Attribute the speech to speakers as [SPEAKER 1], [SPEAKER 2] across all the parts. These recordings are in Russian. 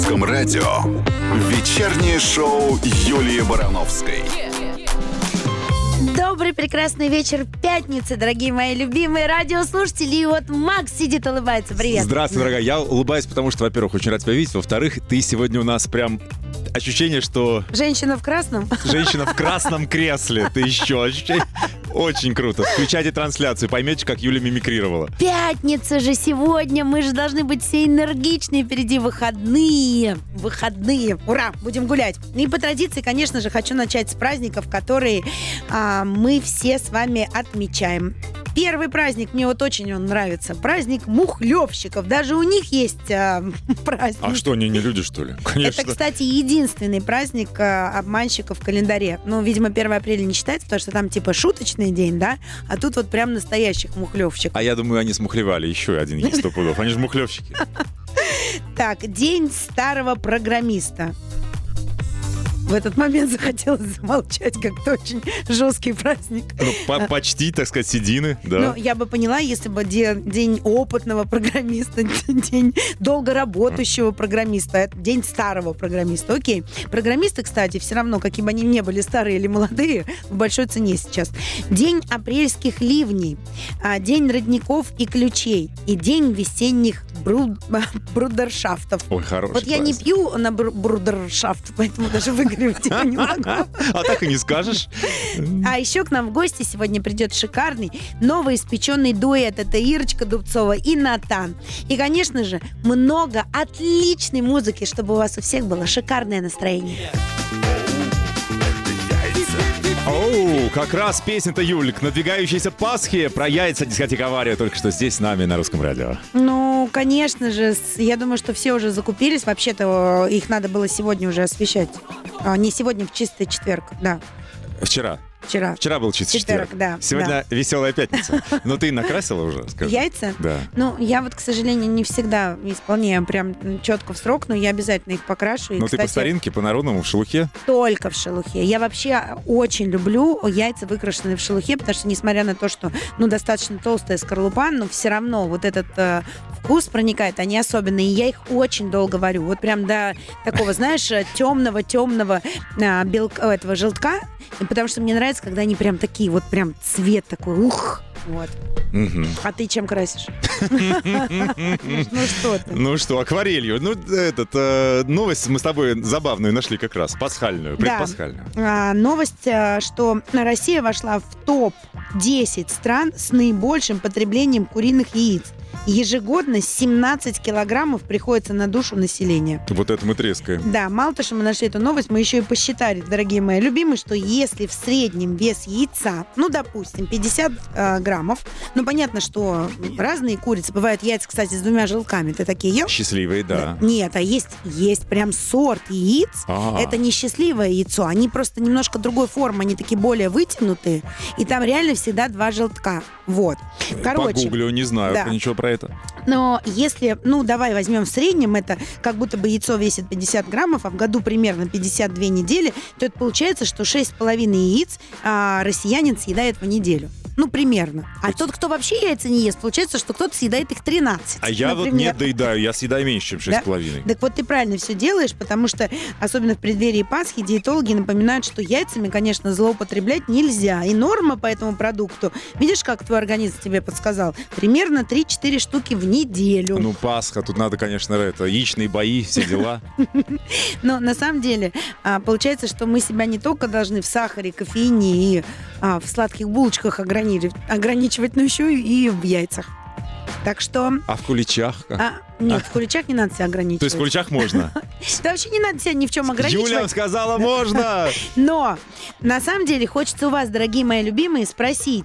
[SPEAKER 1] Русском радио вечернее шоу Юлии Барановской.
[SPEAKER 2] Добрый, прекрасный вечер пятницы, дорогие мои любимые радиослушатели. И вот Макс сидит, улыбается. Привет.
[SPEAKER 3] Здравствуй, дорогая. Я улыбаюсь, потому что, во-первых, очень рад тебя видеть. Во-вторых, ты сегодня у нас прям... Ощущение, что...
[SPEAKER 2] Женщина в красном?
[SPEAKER 3] Женщина в красном кресле. Ты еще ощущение... Очень круто. Включайте трансляцию, поймете, как Юля мимикрировала.
[SPEAKER 2] Пятница же сегодня. Мы же должны быть все энергичные. Впереди выходные. Выходные. Ура! Будем гулять. И по традиции, конечно же, хочу начать с праздников, которые мы все с вами отмечаем. Первый праздник, мне вот очень он нравится. Праздник мухлевщиков. Даже у них есть праздник.
[SPEAKER 3] А что, они не люди, что ли? Конечно.
[SPEAKER 2] Это, кстати, единственный праздник обманщиков в календаре. Ну, видимо, 1 апреля не считается, потому что там типа шуточный день, да? А тут вот прям настоящих мухлевщиков.
[SPEAKER 3] А я думаю, они смухлевали. Еще один есть 100 пудов. Они же мухлевщики.
[SPEAKER 2] Так, День старого программиста. В этот момент захотелось замолчать, как-то очень жесткий праздник.
[SPEAKER 3] Ну, почти, так сказать, седины, да.
[SPEAKER 2] Ну, я бы поняла, если бы день опытного программиста, день долго работающего программиста, день старого программиста. Окей. Программисты, кстати, все равно, какие бы они ни были, старые или молодые, в большой цене сейчас. День апрельских ливней, день родников и ключей и день весенних брудершафтов.
[SPEAKER 3] Ой, хороший
[SPEAKER 2] Вот я не пью на брудершафт, поэтому даже выигрывать его не могу.
[SPEAKER 3] А так и не скажешь.
[SPEAKER 2] А еще к нам в гости сегодня придет шикарный новоиспеченный дуэт. Это Ирочка Дубцова и Натан. И, конечно же, много отличной музыки, чтобы у вас у всех было шикарное настроение.
[SPEAKER 3] Оу, как раз песня-то, Юль, к надвигающейся Пасхе про яйца дискотека «Авария» только что здесь с нами на Русском радио.
[SPEAKER 2] Ну, конечно же, я думаю, что все уже закупились. Вообще-то их надо было сегодня уже освещать. Не сегодня, в чистый четверг, да.
[SPEAKER 3] Вчера
[SPEAKER 2] Вчера
[SPEAKER 3] был чистый четверг.
[SPEAKER 2] Да.
[SPEAKER 3] Сегодня веселая пятница. Но ты накрасила уже, скажи?
[SPEAKER 2] Яйца?
[SPEAKER 3] Да.
[SPEAKER 2] Ну, я вот, к сожалению, не всегда исполняю прям четко в срок, но я обязательно их покрашу.
[SPEAKER 3] Ну, ты по старинке, по-народному, в шелухе?
[SPEAKER 2] Только в шелухе. Я вообще очень люблю яйца, выкрашенные в шелухе, потому что, несмотря на то, что, достаточно толстая скорлупа, но все равно вот этот вкус проникает, они особенные, и я их очень долго варю. Вот прям до такого, знаешь, темного белка, этого желтка, потому что мне нравится, когда они прям такие, вот прям цвет такой, ух, вот.
[SPEAKER 3] Угу.
[SPEAKER 2] А ты чем красишь? Ну что ты?
[SPEAKER 3] Ну что, акварелью. Новость мы с тобой забавную нашли как раз, пасхальную, предпасхальную.
[SPEAKER 2] Новость, что Россия вошла в топ-10 стран с наибольшим потреблением куриных яиц. Ежегодно 17 килограммов приходится на душу населения.
[SPEAKER 3] Вот это мы трескаем.
[SPEAKER 2] Да, мало того, что мы нашли эту новость, мы еще и посчитали, дорогие мои любимые, что если в среднем вес яйца, допустим, 50 граммов, понятно, что разные курицы, бывают яйца, кстати, с 2 желтками, ты такие ел?
[SPEAKER 3] Счастливые, да.
[SPEAKER 2] Нет, а есть прям сорт яиц, это не счастливое яйцо, они просто немножко другой формы, они такие более вытянутые, и там реально всегда 2 желтка. Вот.
[SPEAKER 3] Погуглю, не знаю ничего про это.
[SPEAKER 2] Но если, давай возьмем в среднем, это как будто бы яйцо весит 50 граммов, а в году примерно 52 недели, то это получается, что 6,5 яиц россиянин съедает в неделю. Примерно. А тот, кто вообще яйца не ест, получается, что кто-то съедает их 13.
[SPEAKER 3] А я вот не доедаю, я съедаю меньше, чем 6,5.
[SPEAKER 2] Так вот ты правильно все делаешь, потому что, особенно в преддверии Пасхи, диетологи напоминают, что яйцами, конечно, злоупотреблять нельзя. И норма по этому продукту, видишь, как твой организм тебе подсказал, примерно 3-4 штуки в неделю.
[SPEAKER 3] Пасха, тут надо, конечно, яичные бои, все дела.
[SPEAKER 2] Но на самом деле, получается, что мы себя не только должны в сахаре, кофеине и в сладких булочках ограничивать, но еще и в яйцах. Так что...
[SPEAKER 3] А в куличах?
[SPEAKER 2] Нет, в куличах не надо себя ограничивать.
[SPEAKER 3] То есть в куличах можно?
[SPEAKER 2] Да вообще не надо себя ни в чем ограничивать.
[SPEAKER 3] Юля сказала, можно!
[SPEAKER 2] Но на самом деле хочется у вас, дорогие мои любимые, спросить,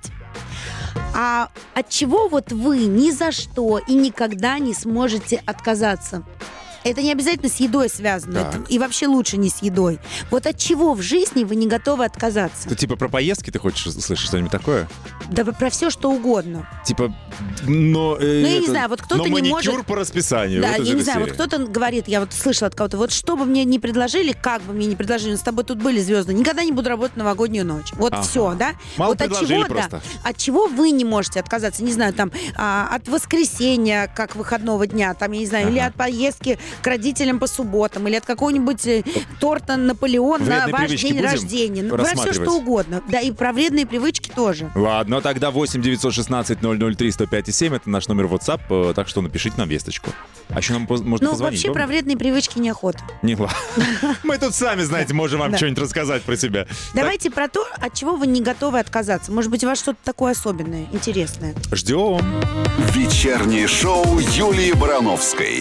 [SPEAKER 2] а от чего вот вы ни за что и никогда не сможете отказаться? Это не обязательно с едой связано. Это и вообще лучше не с едой. Вот от чего в жизни вы не готовы отказаться?
[SPEAKER 3] Ты типа про поездки ты хочешь услышать что-нибудь такое?
[SPEAKER 2] Да про все, что угодно.
[SPEAKER 3] Типа,
[SPEAKER 2] я не знаю, вот кто-то не может...
[SPEAKER 3] маникюр по расписанию.
[SPEAKER 2] Да,
[SPEAKER 3] вот
[SPEAKER 2] я не знаю, вот кто-то говорит, я вот слышала от кого-то, вот что бы мне ни предложили, как бы мне ни предложили, но с тобой тут были звезды, никогда не буду работать новогоднюю ночь. Вот все, да?
[SPEAKER 3] Мало
[SPEAKER 2] вот
[SPEAKER 3] предложили
[SPEAKER 2] от чего,
[SPEAKER 3] просто.
[SPEAKER 2] От чего вы не можете отказаться? Не знаю, там, от воскресенья, как выходного дня, там, я не знаю, или от поездки к родителям по субботам или от какого-нибудь торта Наполеон на
[SPEAKER 3] Вредные
[SPEAKER 2] ваш
[SPEAKER 3] привычки
[SPEAKER 2] день
[SPEAKER 3] будем
[SPEAKER 2] рождения. Про все
[SPEAKER 3] рассматривать?
[SPEAKER 2] что угодно. Да, и про вредные привычки тоже.
[SPEAKER 3] Ладно, тогда 8 916 003 105 7 это наш номер WhatsApp, так что напишите нам весточку. А еще нам можно
[SPEAKER 2] Ну,
[SPEAKER 3] позвонить.
[SPEAKER 2] вообще про вредные привычки неохота.
[SPEAKER 3] Не, ладно. Мы тут сами, знаете, можем вам
[SPEAKER 2] Да.
[SPEAKER 3] что-нибудь рассказать про себя.
[SPEAKER 2] Давайте про то, от чего вы не готовы отказаться. Может быть, у вас что-то такое особенное, интересное.
[SPEAKER 3] Ждем.
[SPEAKER 1] Вечернее шоу Юлии Барановской.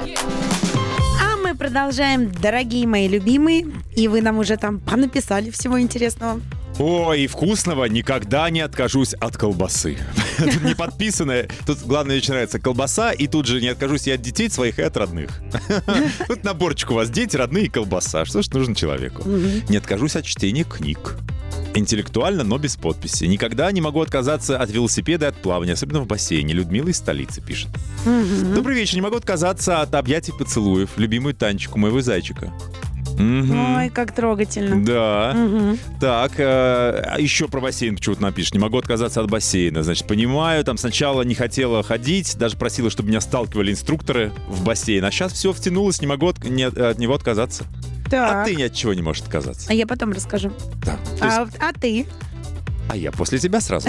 [SPEAKER 2] А мы продолжаем, дорогие мои любимые. И вы нам уже там понаписали всего интересного.
[SPEAKER 3] Ой, и вкусного никогда не откажусь от колбасы. Тут не подписанное. Тут главное, очень нравится колбаса, и тут же не откажусь и от детей своих, и от родных. Тут наборчик у вас: дети, родные и колбаса. Что ж нужно человеку? Не откажусь от чтения книг. Интеллектуально, но без подписи. Никогда не могу отказаться от велосипеда и от плавания, особенно в бассейне. Людмила из столицы пишет. Добрый вечер. Не могу отказаться от объятий, поцелуев. Любимую Танечку, моего зайчика.
[SPEAKER 2] Ой, как трогательно.
[SPEAKER 3] Да.
[SPEAKER 2] Мгм.
[SPEAKER 3] Так, еще про бассейн почему-то напишешь. Не могу отказаться от бассейна. Значит, понимаю, там сначала не хотела ходить, даже просила, чтобы меня сталкивали инструкторы в бассейн. А сейчас все втянулось, не могу от него отказаться.
[SPEAKER 2] Так.
[SPEAKER 3] А ты ни от чего не можешь отказаться.
[SPEAKER 2] А я потом расскажу.
[SPEAKER 3] Да. То есть-
[SPEAKER 2] А ты?
[SPEAKER 3] А я после тебя сразу.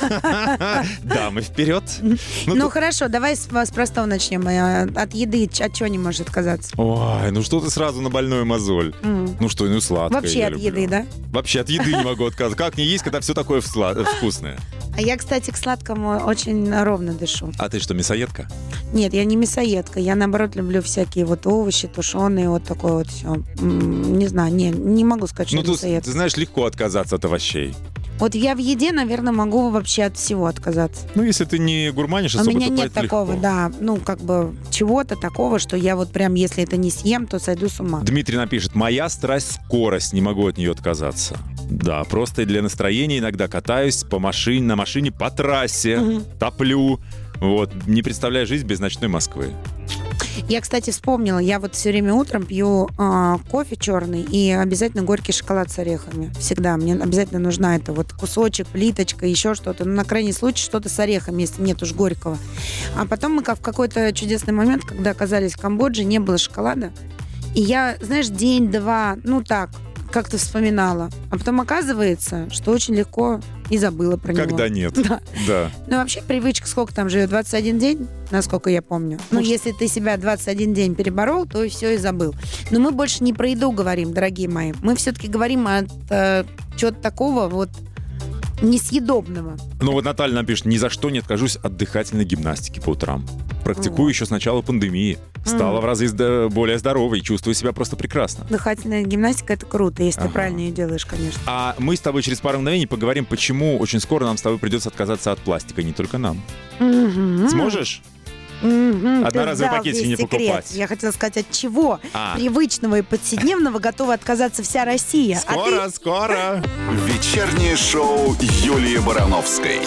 [SPEAKER 3] Да, мы вперед.
[SPEAKER 2] Ну
[SPEAKER 3] тут-
[SPEAKER 2] хорошо, давай с простого начнем. От еды от чего не можешь отказаться?
[SPEAKER 3] Ой, ну что ты сразу на больную мозоль? Ну что, ну сладкое
[SPEAKER 2] Вообще
[SPEAKER 3] я
[SPEAKER 2] от
[SPEAKER 3] люблю.
[SPEAKER 2] еды, да?
[SPEAKER 3] Вообще от еды не могу отказаться. Как не есть, когда все такое вкусное?
[SPEAKER 2] А я, кстати, к сладкому очень ровно дышу.
[SPEAKER 3] А ты что, мясоедка?
[SPEAKER 2] Нет, я не мясоедка. Я, наоборот, люблю всякие вот овощи, тушеные, вот такое вот все. Не знаю, не могу сказать, что
[SPEAKER 3] Ну,
[SPEAKER 2] я
[SPEAKER 3] ты
[SPEAKER 2] мясоедка.
[SPEAKER 3] знаешь, легко отказаться от овощей.
[SPEAKER 2] Вот я в еде, наверное, могу вообще от всего отказаться.
[SPEAKER 3] Ну, если ты не гурманишь
[SPEAKER 2] У
[SPEAKER 3] особо,
[SPEAKER 2] меня
[SPEAKER 3] то
[SPEAKER 2] нет
[SPEAKER 3] это
[SPEAKER 2] такого,
[SPEAKER 3] легко.
[SPEAKER 2] да, ну, как бы чего-то такого, что я вот прям, если это не съем, то сойду с ума.
[SPEAKER 3] Дмитрий напишет: моя страсть — скорость, не могу от нее отказаться. Да, просто и для настроения иногда катаюсь на машине по трассе, топлю. Вот, не представляю жизнь без ночной Москвы.
[SPEAKER 2] Я, кстати, вспомнила, я вот все время утром пью кофе черный и обязательно горький шоколад с орехами. Всегда. Мне обязательно нужна это вот кусочек, плиточка, еще что-то. Ну, на крайний случай, что-то с орехами, если нет уж горького. А потом мы в какой-то чудесный момент, когда оказались в Камбодже, не было шоколада. И я, знаешь, день-два, ну так, как-то вспоминала. А потом оказывается, что очень легко и забыла про него.
[SPEAKER 3] Когда нет.
[SPEAKER 2] Да.
[SPEAKER 3] Да.
[SPEAKER 2] Ну, вообще, привычка сколько там живет? 21 день, насколько я помню. Ну, если ты себя 21 день переборол, то и все, и забыл. Но мы больше не про еду говорим, дорогие мои. Мы все-таки говорим от чего-то такого вот несъедобного.
[SPEAKER 3] Ну вот Наталья напишет: ни за что не откажусь от дыхательной гимнастики по утрам. Практикую еще с начала пандемии. Стала в разы более здоровой, чувствую себя просто прекрасно.
[SPEAKER 2] Дыхательная гимнастика — это круто, если ты
[SPEAKER 3] Ага.
[SPEAKER 2] правильно ее делаешь, конечно.
[SPEAKER 3] А мы с тобой через пару мгновений поговорим, почему очень скоро нам с тобой придется отказаться от пластика, не только нам. Сможешь?
[SPEAKER 2] Одноразовые
[SPEAKER 3] Одноразовые пакетики не покупать.
[SPEAKER 2] Я хотела сказать, от чего
[SPEAKER 3] А.
[SPEAKER 2] привычного и повседневного готова отказаться вся Россия. А ты
[SPEAKER 3] Скоро.
[SPEAKER 1] Вечернее шоу Юлии Барановской.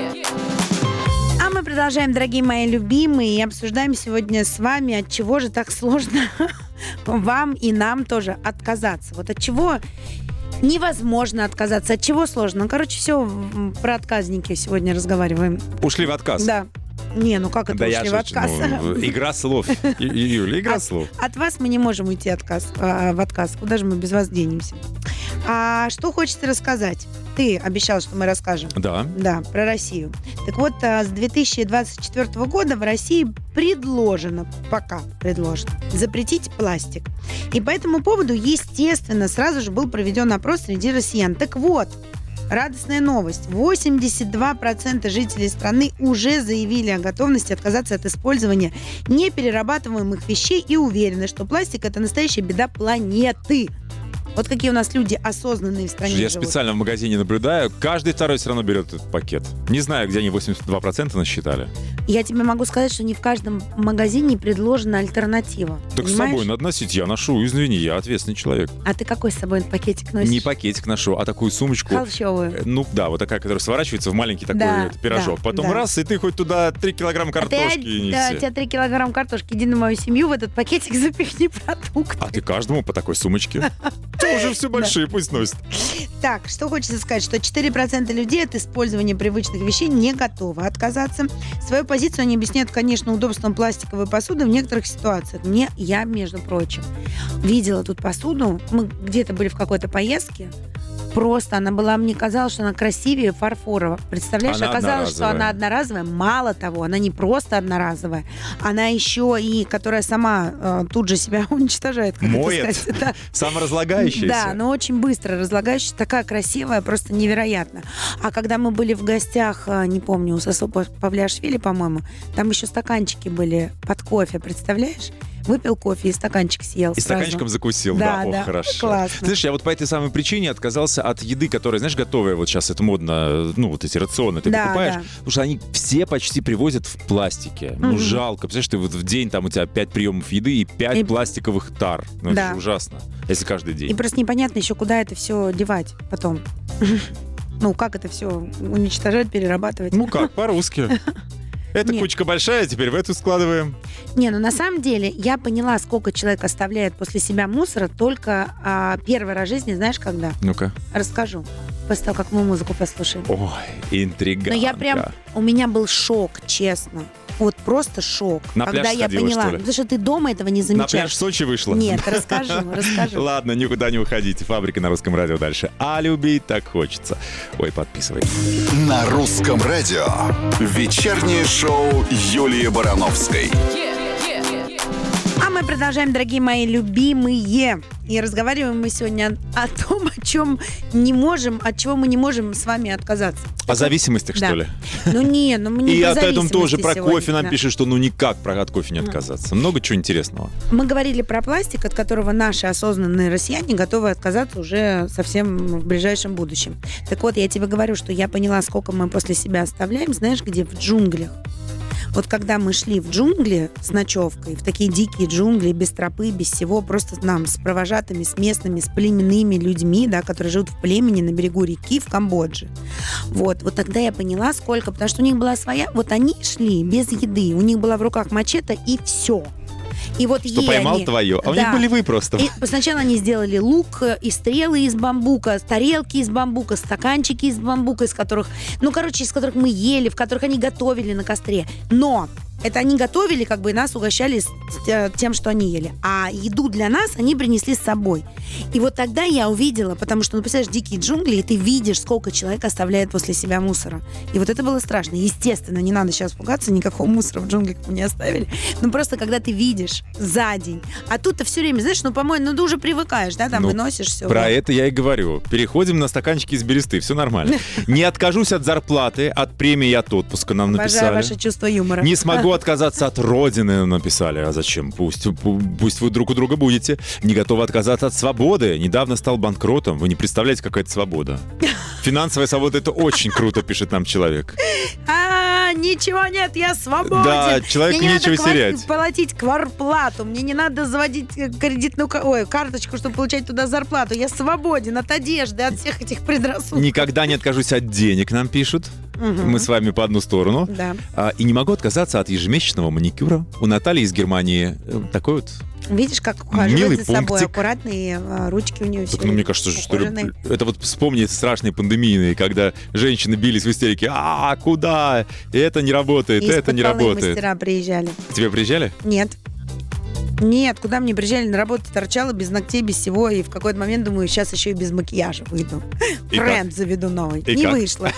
[SPEAKER 2] А мы продолжаем, дорогие мои любимые, и обсуждаем сегодня с вами, от чего же так сложно вам и нам тоже отказаться. Вот от чего невозможно отказаться, от чего сложно. Ну, короче, все про отказники сегодня разговариваем.
[SPEAKER 3] Ушли в отказ.
[SPEAKER 2] Да. Не, ну как это
[SPEAKER 3] Да я
[SPEAKER 2] ушли в
[SPEAKER 3] же,
[SPEAKER 2] отказ?
[SPEAKER 3] игра слов. Юля, игра слов.
[SPEAKER 2] От вас мы не можем уйти в отказ. Куда же мы без вас денемся? А что хочется рассказать? Ты обещал, что мы расскажем.
[SPEAKER 3] Да.
[SPEAKER 2] Да, про Россию. Так вот, с 2024 года в России пока предложено запретить пластик. И по этому поводу, естественно, сразу же был проведен опрос среди россиян. Так вот, радостная новость. 82% жителей страны уже заявили о готовности отказаться от использования неперерабатываемых вещей и уверены, что пластик – это настоящая беда планеты. Вот какие у нас люди осознанные в стране
[SPEAKER 3] Я
[SPEAKER 2] живут.
[SPEAKER 3] специально в магазине наблюдаю, каждый второй все равно берет этот пакет. Не знаю, где они 82% насчитали.
[SPEAKER 2] Я тебе могу сказать, что не в каждом магазине предложена альтернатива.
[SPEAKER 3] Так с
[SPEAKER 2] Понимаешь?
[SPEAKER 3] собой надо носить. Я ношу, извини, я ответственный человек.
[SPEAKER 2] А ты какой с собой пакетик носишь?
[SPEAKER 3] Не пакетик ношу, а такую сумочку.
[SPEAKER 2] Холщовую.
[SPEAKER 3] Ну да, вот такая, которая сворачивается в маленький такой
[SPEAKER 2] Да,
[SPEAKER 3] пирожок.
[SPEAKER 2] да,
[SPEAKER 3] Потом
[SPEAKER 2] да.
[SPEAKER 3] раз, и ты хоть туда 3 килограмма картошки неси.
[SPEAKER 2] Да, у тебя 3 килограмма картошки. Иди на мою семью, в этот пакетик запихни продукты.
[SPEAKER 3] А ты каждому по такой сумочке. Ты уже все большие, пусть носит.
[SPEAKER 2] Так, что хочется сказать, что 4% людей от использования привычных вещей не готовы отказаться. Свою позицию они объясняют, конечно, удобством пластиковой посуды в некоторых ситуациях. Я, между прочим, видела тут посуду, мы где-то были в какой-то поездке, просто она была, мне казалось, что она красивее фарфоровая. Представляешь,
[SPEAKER 3] Она
[SPEAKER 2] оказалось, что
[SPEAKER 3] одноразовая.
[SPEAKER 2] она одноразовая. Мало того, она не просто одноразовая, она еще и, которая сама тут же себя уничтожает. как это
[SPEAKER 3] Моет.
[SPEAKER 2] сказать. Да.
[SPEAKER 3] Саморазлагающаяся.
[SPEAKER 2] Да, но очень быстро разлагающаяся, такая красивая, просто невероятно. А когда мы были в гостях, не помню, у Сосо Павлиашвили, по-моему, там еще стаканчики были под кофе, представляешь? Выпил кофе и стаканчик съел
[SPEAKER 3] И
[SPEAKER 2] сразу.
[SPEAKER 3] стаканчиком закусил,
[SPEAKER 2] Да,
[SPEAKER 3] О,
[SPEAKER 2] да,
[SPEAKER 3] хорошо.
[SPEAKER 2] классно.
[SPEAKER 3] Знаешь, я вот по этой самой причине отказался от еды, которая, знаешь, готовая. Вот сейчас это модно, ну, вот эти рационы ты
[SPEAKER 2] Да,
[SPEAKER 3] покупаешь.
[SPEAKER 2] да.
[SPEAKER 3] Потому что они все почти привозят в пластике. Ну,
[SPEAKER 2] Мгм.
[SPEAKER 3] жалко. Представляешь, ты вот в день там у тебя 5 приемов еды и 5
[SPEAKER 2] И-
[SPEAKER 3] пластиковых тар. Ну, это
[SPEAKER 2] Да.
[SPEAKER 3] же ужасно. Если каждый
[SPEAKER 2] И
[SPEAKER 3] день.
[SPEAKER 2] просто непонятно еще, куда это все девать потом. Ну, как это все уничтожать, перерабатывать.
[SPEAKER 3] Ну как, по-русски. Эта
[SPEAKER 2] Нет.
[SPEAKER 3] кучка большая, теперь в эту складываем.
[SPEAKER 2] Не, ну на самом деле я поняла, сколько человек оставляет после себя мусора только первый раз в жизни, знаешь, когда?
[SPEAKER 3] Ну-ка.
[SPEAKER 2] Расскажу. После того, как мы музыку послушаем.
[SPEAKER 3] Ой, интриганка.
[SPEAKER 2] Но я прям, у меня был шок, честно. Вот просто шок.
[SPEAKER 3] На
[SPEAKER 2] когда
[SPEAKER 3] пляж
[SPEAKER 2] я
[SPEAKER 3] сходила,
[SPEAKER 2] поняла.
[SPEAKER 3] что ли?
[SPEAKER 2] Потому что ты дома этого не
[SPEAKER 3] На
[SPEAKER 2] замечаешь.
[SPEAKER 3] пляж в Сочи вышла?
[SPEAKER 2] Нет, расскажу.
[SPEAKER 3] Ладно, никуда не уходите. Фабрика на русском радио дальше. А любить так хочется. Ой, подписывай.
[SPEAKER 1] На русском радио. Вечернее шоу Юлии Барановской.
[SPEAKER 2] А мы продолжаем, дорогие мои любимые. И разговариваем мы сегодня о том, о чем не можем, от чего мы не можем с вами отказаться.
[SPEAKER 3] О зависимостях,
[SPEAKER 2] Да.
[SPEAKER 3] что ли?
[SPEAKER 2] Ну не, ну мы не
[SPEAKER 3] И
[SPEAKER 2] про
[SPEAKER 3] от этом
[SPEAKER 2] зависимости
[SPEAKER 3] тоже про
[SPEAKER 2] сегодня,
[SPEAKER 3] кофе нам
[SPEAKER 2] да.
[SPEAKER 3] пишут, что ну никак от кофе не отказаться. Много чего интересного.
[SPEAKER 2] Мы говорили про пластик, от которого наши осознанные россияне готовы отказаться уже совсем в ближайшем будущем. Так вот, я тебе говорю, что я поняла, сколько мы после себя оставляем, знаешь, где? В джунглях. Вот когда мы шли в джунгли с ночевкой, в такие дикие джунгли, без тропы, без всего, просто нам с провожатыми, с местными, с племенными людьми, да, которые живут в племени на берегу реки в Камбодже. Вот тогда я поняла, сколько, потому что у них была своя, вот они шли без еды, у них была в руках мачете и все. И вот
[SPEAKER 3] Что
[SPEAKER 2] ей
[SPEAKER 3] поймал
[SPEAKER 2] они-
[SPEAKER 3] твое. А у них
[SPEAKER 2] Да.
[SPEAKER 3] были вы просто.
[SPEAKER 2] И сначала они сделали лук и стрелы из бамбука, тарелки из бамбука, стаканчики из бамбука, из которых мы ели, в которых они готовили на костре. Но это они готовили, как бы, и нас угощали тем, что они ели. А еду для нас они принесли с собой. И вот тогда я увидела, потому что, ну, представляешь, дикие джунгли, и ты видишь, сколько человек оставляет после себя мусора. И вот это было страшно. Естественно, не надо сейчас пугаться, никакого мусора в джунглях мы не оставили. Ну, просто когда ты видишь за день, а тут-то все время, знаешь, ну, по-моему, ну, ты уже привыкаешь, да, там
[SPEAKER 3] Ну,
[SPEAKER 2] выносишь все.
[SPEAKER 3] Про это я и говорю. Переходим на стаканчики из бересты. Все нормально. Не откажусь от зарплаты, от премии, от отпуска нам
[SPEAKER 2] Обожаю
[SPEAKER 3] написали.
[SPEAKER 2] ваше чувство юмора.
[SPEAKER 3] Не смогу отказаться от родины, написали. А зачем? Пусть вы друг у друга будете. Не готовы отказаться от свободы. Недавно стал банкротом. Вы не представляете, какая это свобода. Финансовая свобода — это очень круто, пишет нам человек.
[SPEAKER 2] Ничего нет, я свободен.
[SPEAKER 3] Да, человеку
[SPEAKER 2] Мне не
[SPEAKER 3] нечего
[SPEAKER 2] надо
[SPEAKER 3] терять.
[SPEAKER 2] платить квартплату, мне не надо заводить кредитную карточку, чтобы получать туда зарплату. Я свободен от одежды, от всех этих предрассудков.
[SPEAKER 3] Никогда не откажусь от денег, нам пишут.
[SPEAKER 2] Мгм.
[SPEAKER 3] Мы с вами по одну сторону.
[SPEAKER 2] Да.
[SPEAKER 3] И не могу отказаться от ежемесячного маникюра. У Натальи из Германии такой вот.
[SPEAKER 2] Видишь, как
[SPEAKER 3] Милый
[SPEAKER 2] ухаживает за собой,
[SPEAKER 3] пунктик.
[SPEAKER 2] аккуратные ручки у нее все.
[SPEAKER 3] Так, ну, мне кажется, что это вот вспомни страшные пандемийные, когда женщины бились в истерике. Куда? Это не работает, это не работает.
[SPEAKER 2] мастера приезжали.
[SPEAKER 3] К тебе приезжали?
[SPEAKER 2] Нет. Нет, куда мне приезжали, на работу торчала без ногтей, без всего, и в какой-то момент думаю, сейчас еще и без макияжа выйду.
[SPEAKER 3] И
[SPEAKER 2] Бренд заведу новый.
[SPEAKER 3] И
[SPEAKER 2] Не
[SPEAKER 3] как?
[SPEAKER 2] вышло.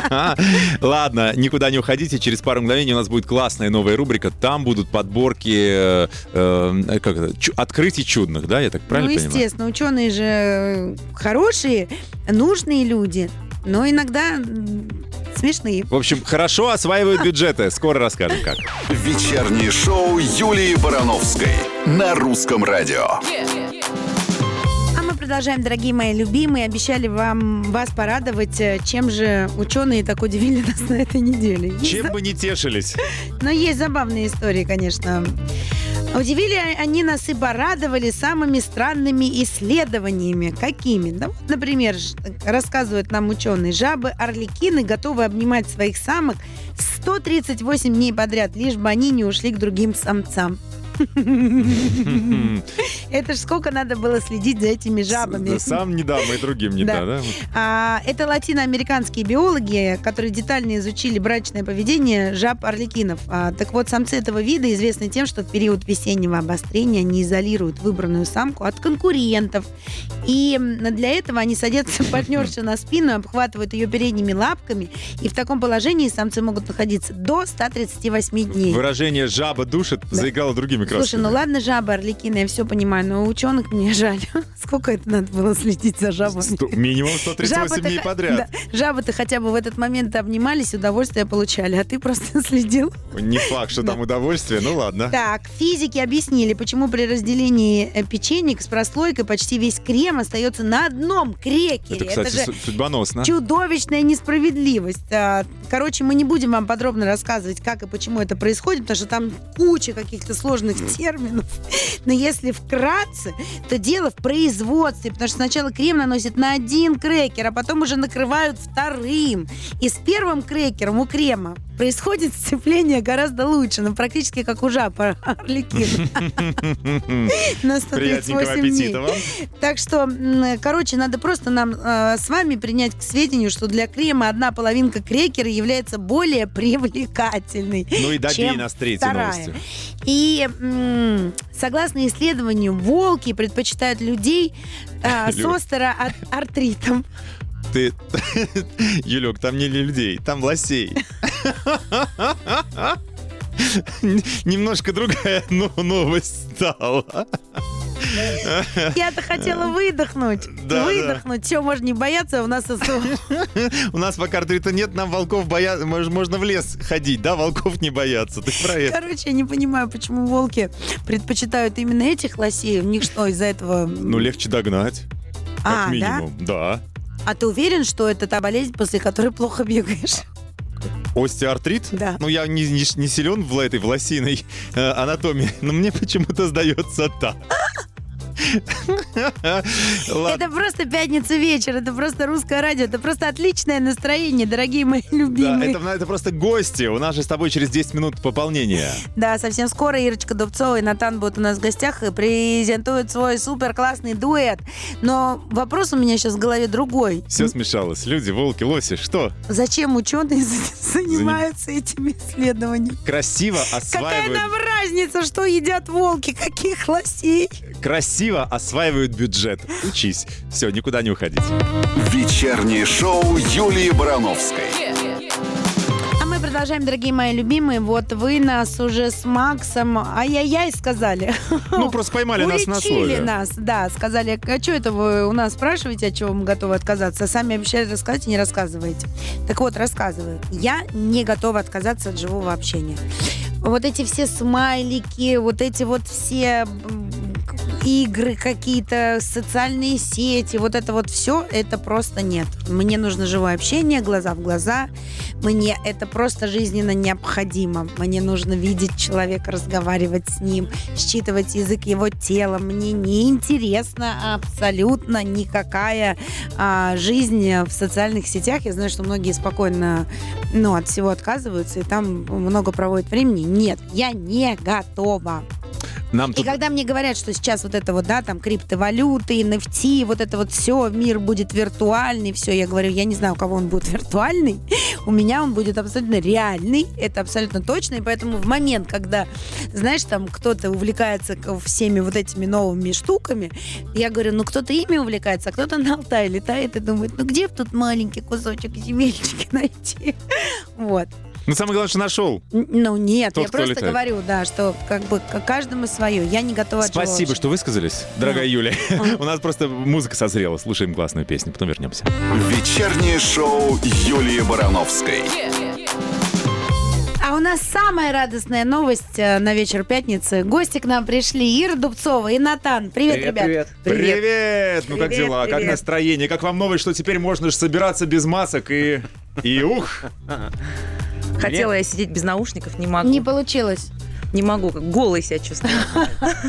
[SPEAKER 3] Ладно, никуда не уходите. Через пару мгновений у нас будет классная новая рубрика. Там будут подборки открытий чудных, да? Я так правильно понимаю?
[SPEAKER 2] Естественно, ученые же хорошие, нужные люди, но иногда смешные.
[SPEAKER 3] В общем, хорошо осваивают бюджеты. Скоро расскажем, как.
[SPEAKER 1] Вечернее шоу Юлии Барановской на русском радио.
[SPEAKER 2] А мы продолжаем, дорогие мои любимые. Обещали вас порадовать, чем же ученые так удивили нас на этой неделе.
[SPEAKER 3] Чем бы не тешились.
[SPEAKER 2] Но есть забавные истории, конечно. Удивили они нас и порадовали самыми странными исследованиями. Какими? Да, вот, например, рассказывают нам ученые, жабы-орликины готовы обнимать своих самок 138 дней подряд, лишь бы они не ушли к другим самцам. Это ж сколько надо было следить за этими жабами.
[SPEAKER 3] Сам не дам, и другим не да?
[SPEAKER 2] Это латиноамериканские биологи, которые детально изучили брачное поведение жаб-орликинов. Так вот, самцы этого вида известны тем, что в период весеннего обострения они изолируют выбранную самку от конкурентов. И для этого они садятся партнерше на спину, обхватывают ее передними лапками, и в таком положении самцы могут находиться до 138 дней.
[SPEAKER 3] Выражение «жаба душит» заиграло другими красками.
[SPEAKER 2] Слушай, ну ладно, жаба, орликины, я все понимаю, но ученых мне жаль. Сколько это надо было следить за жабами?
[SPEAKER 3] Минимум 138 дней подряд.
[SPEAKER 2] Да, жабы-то хотя бы в этот момент обнимались, удовольствие получали, а ты просто следил.
[SPEAKER 3] Не факт, что там удовольствие, ну ладно.
[SPEAKER 2] Так, физики объяснили, почему при разделении печенек с прослойкой почти весь крем остается на одном крекере.
[SPEAKER 3] Это, кстати,
[SPEAKER 2] же
[SPEAKER 3] судьбоносно.
[SPEAKER 2] Чудовищная несправедливость. Короче, мы не будем вам подробно рассказывать, как и почему это происходит, потому что там куча каких-то сложных терминов. Но если вкратце, то дело в производстве, потому что сначала крем наносят на один крекер, а потом уже накрывают вторым. И с первым крекером у крема происходит сцепление гораздо лучше, но практически как у жаб орликин. На 138 дней. Так что, короче, надо просто нам с вами принять к сведению, что для крема одна половинка крекера является более привлекательной,
[SPEAKER 3] ну и добей нас третьей новостью.
[SPEAKER 2] И согласно исследованию, волки предпочитают людей с остероартритом.
[SPEAKER 3] Ты, Юлек, там не людей, там лосей. Немножко другая новость стала.
[SPEAKER 2] Я-то хотела выдохнуть. Выдохнуть. Все, можно не бояться, у нас
[SPEAKER 3] У нас пока артрита нет, нам волков бояться. Можно в лес ходить, да? Волков не бояться. Ты про это.
[SPEAKER 2] Короче, я не понимаю, почему волки предпочитают именно этих лосей. У них что, из-за этого...
[SPEAKER 3] Ну, легче догнать. Как минимум, да.
[SPEAKER 2] А ты уверен, что это та болезнь, после которой плохо бегаешь?
[SPEAKER 3] Остеоартрит?
[SPEAKER 2] Да.
[SPEAKER 3] Ну, я не силен в этой лосиной анатомии, но мне почему-то сдается так.
[SPEAKER 2] Это просто пятница вечер, это просто русское радио, это просто отличное настроение, дорогие мои любимые.
[SPEAKER 3] Да, это просто гости. У нас же с тобой через 10 минут пополнение.
[SPEAKER 2] Да, совсем скоро Ирочка Дубцова и Натан будут у нас в гостях и презентуют свой супер классный дуэт. Но вопрос у меня сейчас в голове другой.
[SPEAKER 3] Все смешалось. Люди, волки, лоси, что?
[SPEAKER 2] Зачем ученые занимаются этими исследованиями?
[SPEAKER 3] Красиво осваивают...
[SPEAKER 2] Какая нам разница, что едят волки, каких лосей?
[SPEAKER 3] Красиво осваивают бюджет. Учись. Все, никуда не уходить.
[SPEAKER 1] Вечернее шоу Юлии Барановской.
[SPEAKER 2] А мы продолжаем, дорогие мои любимые. Вот вы нас уже с Максом ай-яй-яй сказали.
[SPEAKER 3] Ну, просто поймали нас на слове.
[SPEAKER 2] Уличили нас, да. Сказали, а что это вы у нас спрашиваете, от чего мы готовы отказаться? Сами обещали рассказать и не рассказываете. Так вот, рассказываю. Я не готова отказаться от живого общения. Вот эти все смайлики, вот эти вот все... игры какие-то, социальные сети, вот это вот все, это просто нет. Мне нужно живое общение, глаза в глаза. Мне это просто жизненно необходимо. Мне нужно видеть человека, разговаривать с ним, считывать язык его тела. Мне не интересна абсолютно никакая жизнь в социальных сетях. Я знаю, что многие спокойно от всего отказываются и там много проводят времени. Нет, я не готова. И когда мне говорят, что сейчас вот это вот, да, там криптовалюты, NFT, вот это вот все, мир будет виртуальный, все, я говорю, я не знаю, у кого он будет виртуальный, у меня он будет абсолютно реальный, это абсолютно точно, и поэтому в момент, когда, знаешь, там кто-то увлекается всеми вот этими новыми штуками, я говорю, ну кто-то ими увлекается, а кто-то на Алтае летает и думает, ну где тут маленький кусочек земельчики найти? Вот.
[SPEAKER 3] Ну, самое главное, что нашел.
[SPEAKER 2] Ну, нет,
[SPEAKER 3] Тот,
[SPEAKER 2] я просто
[SPEAKER 3] летает.
[SPEAKER 2] говорю, да, что как бы каждому свое. Я не готова от
[SPEAKER 3] Спасибо,
[SPEAKER 2] чего
[SPEAKER 3] что высказались, дорогая Юля. У нас просто музыка созрела. Слушаем классную песню, потом вернемся.
[SPEAKER 1] Вечернее шоу Юлии Барановской.
[SPEAKER 2] А у нас самая радостная новость на вечер пятницы. Гости к нам пришли. Ира Дубцова и Натан. Привет, ребят.
[SPEAKER 3] Привет! Ну, как
[SPEAKER 2] Привет,
[SPEAKER 3] дела? Как
[SPEAKER 2] привет.
[SPEAKER 3] настроение? Как вам новость, что теперь можно собираться без масок и ух!
[SPEAKER 4] Хотела я сидеть без наушников, не могу.
[SPEAKER 2] Не получилось.
[SPEAKER 4] Не могу, как голой себя чувствую.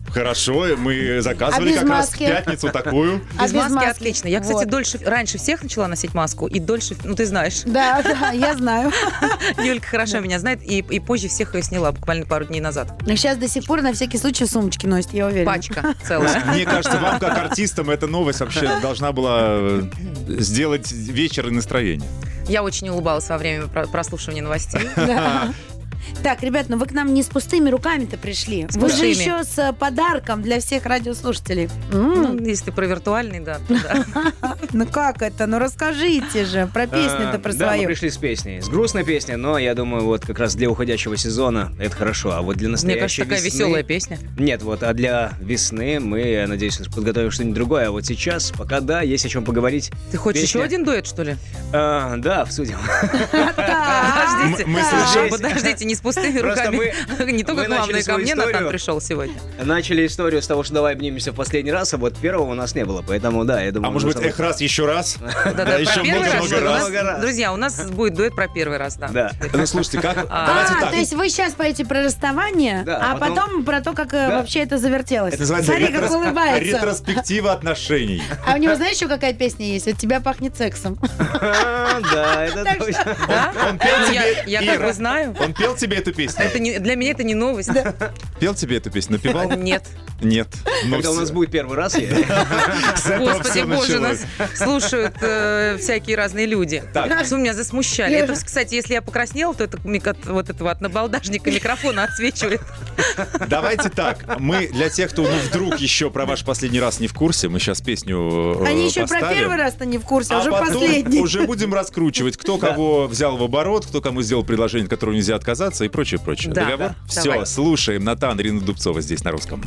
[SPEAKER 3] Хорошо, мы заказывали
[SPEAKER 2] А без
[SPEAKER 3] как раз в
[SPEAKER 2] маски?
[SPEAKER 3] пятницу такую.
[SPEAKER 2] А
[SPEAKER 4] Без
[SPEAKER 2] без
[SPEAKER 4] маски
[SPEAKER 2] маски?
[SPEAKER 4] отлично. Я, кстати,
[SPEAKER 2] Вот.
[SPEAKER 4] раньше всех начала носить маску, и дольше, ну ты знаешь,
[SPEAKER 2] Да, я знаю.
[SPEAKER 4] Юлька хорошо меня знает, и позже всех ее сняла, буквально пару дней назад.
[SPEAKER 2] Но сейчас до сих пор на всякий случай сумочки носит, я уверена.
[SPEAKER 4] Пачка целая.
[SPEAKER 3] Мне кажется, вам, как артистам, эта новость вообще должна была сделать вечер и настроение.
[SPEAKER 4] Я очень улыбалась во время прослушивания новостей.
[SPEAKER 2] Да. Так, ребят, ну вы к нам не с пустыми руками-то пришли.
[SPEAKER 4] С
[SPEAKER 2] Вы же
[SPEAKER 4] пустыми.
[SPEAKER 2] еще с подарком для всех радиослушателей.
[SPEAKER 4] Ну, если ты про виртуальный, да.
[SPEAKER 2] Ну как это? Ну расскажите же про песню-то про
[SPEAKER 5] Да, мы
[SPEAKER 2] свою.
[SPEAKER 5] пришли с песней. С грустной песней, но я думаю, вот как раз для уходящего сезона это хорошо. А вот для
[SPEAKER 4] Мне
[SPEAKER 5] настоящей
[SPEAKER 4] кажется, такая
[SPEAKER 5] весны...
[SPEAKER 4] веселая песня.
[SPEAKER 5] Нет, вот, а для весны мы, я надеюсь, подготовим что-нибудь другое. А вот сейчас, пока да, есть о чем поговорить.
[SPEAKER 4] Ты хочешь
[SPEAKER 5] Песня.
[SPEAKER 4] еще один дуэт, что ли?
[SPEAKER 5] Да, обсудим.
[SPEAKER 4] Подождите,
[SPEAKER 3] Мы слышали-
[SPEAKER 4] подождите, не с пустыми
[SPEAKER 5] Просто
[SPEAKER 4] руками. Не только
[SPEAKER 5] мы
[SPEAKER 4] главное,
[SPEAKER 5] начали
[SPEAKER 4] ко
[SPEAKER 5] свою
[SPEAKER 4] мне Натан
[SPEAKER 5] историю.
[SPEAKER 4] пришел сегодня.
[SPEAKER 5] Начали историю с того, что давай обнимемся в последний раз, а вот первого у нас не было. Поэтому да, я думаю...
[SPEAKER 3] А может быть,
[SPEAKER 5] нужно-
[SPEAKER 3] эх, раз, еще раз?
[SPEAKER 4] Да-да,
[SPEAKER 3] еще
[SPEAKER 4] про первый раз.
[SPEAKER 3] много-много
[SPEAKER 4] У нас-
[SPEAKER 5] Много раз.
[SPEAKER 4] Друзья, у нас будет дуэт про первый раз, да.
[SPEAKER 5] Да.
[SPEAKER 3] Ну, слушайте, как... Давайте
[SPEAKER 2] А,
[SPEAKER 3] так.
[SPEAKER 2] то есть вы сейчас поете про расставание,
[SPEAKER 5] Да,
[SPEAKER 2] а
[SPEAKER 5] а потом-
[SPEAKER 2] потом про то, как вообще это завертелось.
[SPEAKER 3] Это называется
[SPEAKER 2] Смотри, как улыбается.
[SPEAKER 3] ретроспектива отношений.
[SPEAKER 2] А у него знаешь еще какая песня есть? От тебя пахнет сексом.
[SPEAKER 5] Да, это точно.
[SPEAKER 4] Да?
[SPEAKER 3] Он пел
[SPEAKER 4] Ну,
[SPEAKER 3] тебе,
[SPEAKER 4] я как
[SPEAKER 3] Ира,
[SPEAKER 4] бы знаю.
[SPEAKER 3] Он пел тебе эту песню?
[SPEAKER 4] Для меня это не новость.
[SPEAKER 3] Пел тебе эту песню? Напевал?
[SPEAKER 4] Нет.
[SPEAKER 3] Нет. Ну,
[SPEAKER 5] Когда у нас
[SPEAKER 3] всё.
[SPEAKER 5] будет первый раз, я...
[SPEAKER 3] С этого
[SPEAKER 4] Господи
[SPEAKER 3] всё
[SPEAKER 4] боже,
[SPEAKER 3] началось.
[SPEAKER 4] нас слушают всякие разные люди.
[SPEAKER 3] Так.
[SPEAKER 4] Что меня засмущали. Это, кстати, если я покраснела, то это вот этого от набалдажника микрофона отсвечивает.
[SPEAKER 3] Давайте так. Мы для тех, кто вдруг еще про ваш последний раз не в курсе, мы сейчас песню
[SPEAKER 2] Они еще
[SPEAKER 3] поставим.
[SPEAKER 2] про первый раз-то не в курсе, а уже
[SPEAKER 3] потом
[SPEAKER 2] последний.
[SPEAKER 3] уже будем раскручивать, кто кого взял в оборот, кто кому сделал предложение, от которого нельзя отказаться и прочее, прочее.
[SPEAKER 4] Да,
[SPEAKER 3] Договор?
[SPEAKER 4] да,
[SPEAKER 3] Все,
[SPEAKER 4] давай.
[SPEAKER 3] слушаем. Натан, Ирина Дубцова здесь на русском.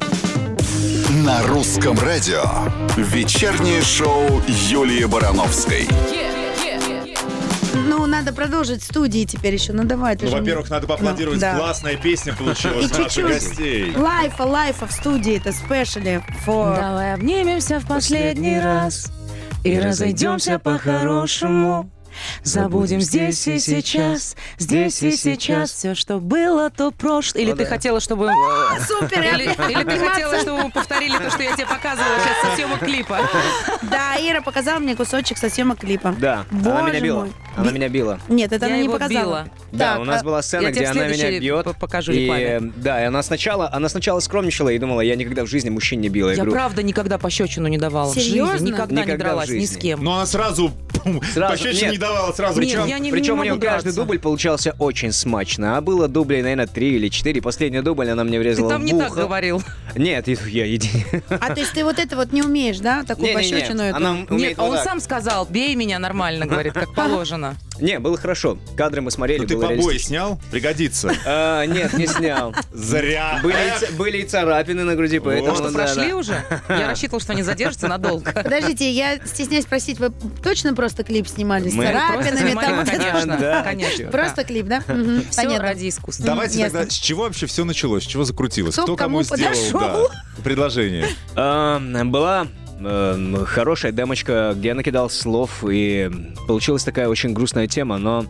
[SPEAKER 1] На русском радио. Вечернее шоу Юлии Барановской.
[SPEAKER 2] Ну, надо продолжить студии теперь еще. Ну, давай. ты
[SPEAKER 3] Ну,
[SPEAKER 2] же
[SPEAKER 3] во-первых, надо поаплодировать.
[SPEAKER 2] Да.
[SPEAKER 3] Классная песня
[SPEAKER 2] И
[SPEAKER 3] получилась наших
[SPEAKER 2] чуть-чуть.
[SPEAKER 3] гостей.
[SPEAKER 2] Лайфа в студии, это спешили.
[SPEAKER 4] Давай обнимемся в последний раз и разойдемся по-хорошему. Забудем здесь и сейчас все, что было, то прошлое. Или ты хотела, чтобы...
[SPEAKER 2] Супер!
[SPEAKER 4] Или ты хотела, чтобы мы повторили то, что я тебе показывала сейчас со съемок клипа?
[SPEAKER 2] Да, Ира показала мне кусочек со съемок клипа.
[SPEAKER 5] Да, она
[SPEAKER 2] Боже
[SPEAKER 5] меня била.
[SPEAKER 2] мой.
[SPEAKER 5] Она меня била.
[SPEAKER 2] Нет, это
[SPEAKER 4] Я
[SPEAKER 2] она не
[SPEAKER 4] его
[SPEAKER 2] показала.
[SPEAKER 4] била.
[SPEAKER 5] Да,
[SPEAKER 2] Так,
[SPEAKER 5] у нас
[SPEAKER 2] а-
[SPEAKER 5] была сцена,
[SPEAKER 4] я тебе
[SPEAKER 5] где она меня
[SPEAKER 4] следующий
[SPEAKER 5] бьет.
[SPEAKER 4] покажу
[SPEAKER 5] И,
[SPEAKER 4] рекламе.
[SPEAKER 5] да, и она сначала скромничала и думала, я никогда в жизни мужчин не била.
[SPEAKER 4] Я
[SPEAKER 5] говорю,
[SPEAKER 4] правда никогда пощечину не давала. В
[SPEAKER 2] Серьезно?
[SPEAKER 4] жизни никогда не
[SPEAKER 5] Никогда в
[SPEAKER 4] дралась ни с
[SPEAKER 5] жизни.
[SPEAKER 4] кем.
[SPEAKER 3] Но она сразу
[SPEAKER 5] Сразу,
[SPEAKER 3] пощечину
[SPEAKER 5] нет.
[SPEAKER 3] не давала, сразу.
[SPEAKER 4] Нет,
[SPEAKER 3] Причем
[SPEAKER 4] я не
[SPEAKER 5] Причем у
[SPEAKER 4] могу
[SPEAKER 5] нее каждый
[SPEAKER 4] драться.
[SPEAKER 5] дубль получался очень смачно. А было дублей, наверное, 3 или 4. Последний дубль она мне
[SPEAKER 4] Ты
[SPEAKER 5] врезала
[SPEAKER 4] там
[SPEAKER 5] в
[SPEAKER 4] не так
[SPEAKER 5] ухо.
[SPEAKER 4] говорил.
[SPEAKER 5] Нет, я единственный.
[SPEAKER 2] А то есть ты вот это вот не умеешь, да? Такую пощечину эту?
[SPEAKER 5] Она
[SPEAKER 4] Нет,
[SPEAKER 5] умеет
[SPEAKER 4] а
[SPEAKER 5] вот
[SPEAKER 4] он
[SPEAKER 5] так.
[SPEAKER 4] сам сказал, бей меня нормально, говорит, как положено.
[SPEAKER 5] Не, было хорошо. Кадры мы смотрели,
[SPEAKER 3] ну, ты
[SPEAKER 5] было
[SPEAKER 3] побои
[SPEAKER 5] реалистично.
[SPEAKER 3] снял? Пригодится.
[SPEAKER 5] Нет, не снял.
[SPEAKER 3] Зря.
[SPEAKER 5] Были и царапины на груди, поэтому
[SPEAKER 4] Что,
[SPEAKER 5] да,
[SPEAKER 4] прошли
[SPEAKER 5] да.
[SPEAKER 4] уже? Я рассчитывала, что они задержатся надолго.
[SPEAKER 2] Подождите, я стесняюсь спросить, вы точно просто клип снимали с
[SPEAKER 5] Мы
[SPEAKER 2] царапинами?
[SPEAKER 4] Просто
[SPEAKER 2] там вот это?
[SPEAKER 4] конечно,
[SPEAKER 5] Да,
[SPEAKER 4] конечно.
[SPEAKER 2] Просто клип, да? Мгм,
[SPEAKER 4] Все
[SPEAKER 2] понятно.
[SPEAKER 4] ради искусства.
[SPEAKER 3] Давайте
[SPEAKER 2] Ясно.
[SPEAKER 3] тогда, с чего вообще все началось? С чего закрутилось?
[SPEAKER 2] Кто
[SPEAKER 3] Кто кому
[SPEAKER 2] кому
[SPEAKER 3] сделал
[SPEAKER 2] подошел?
[SPEAKER 3] предложение?
[SPEAKER 5] Была хорошая демочка, где я накидал слов, и получилась такая очень грустная тема, но...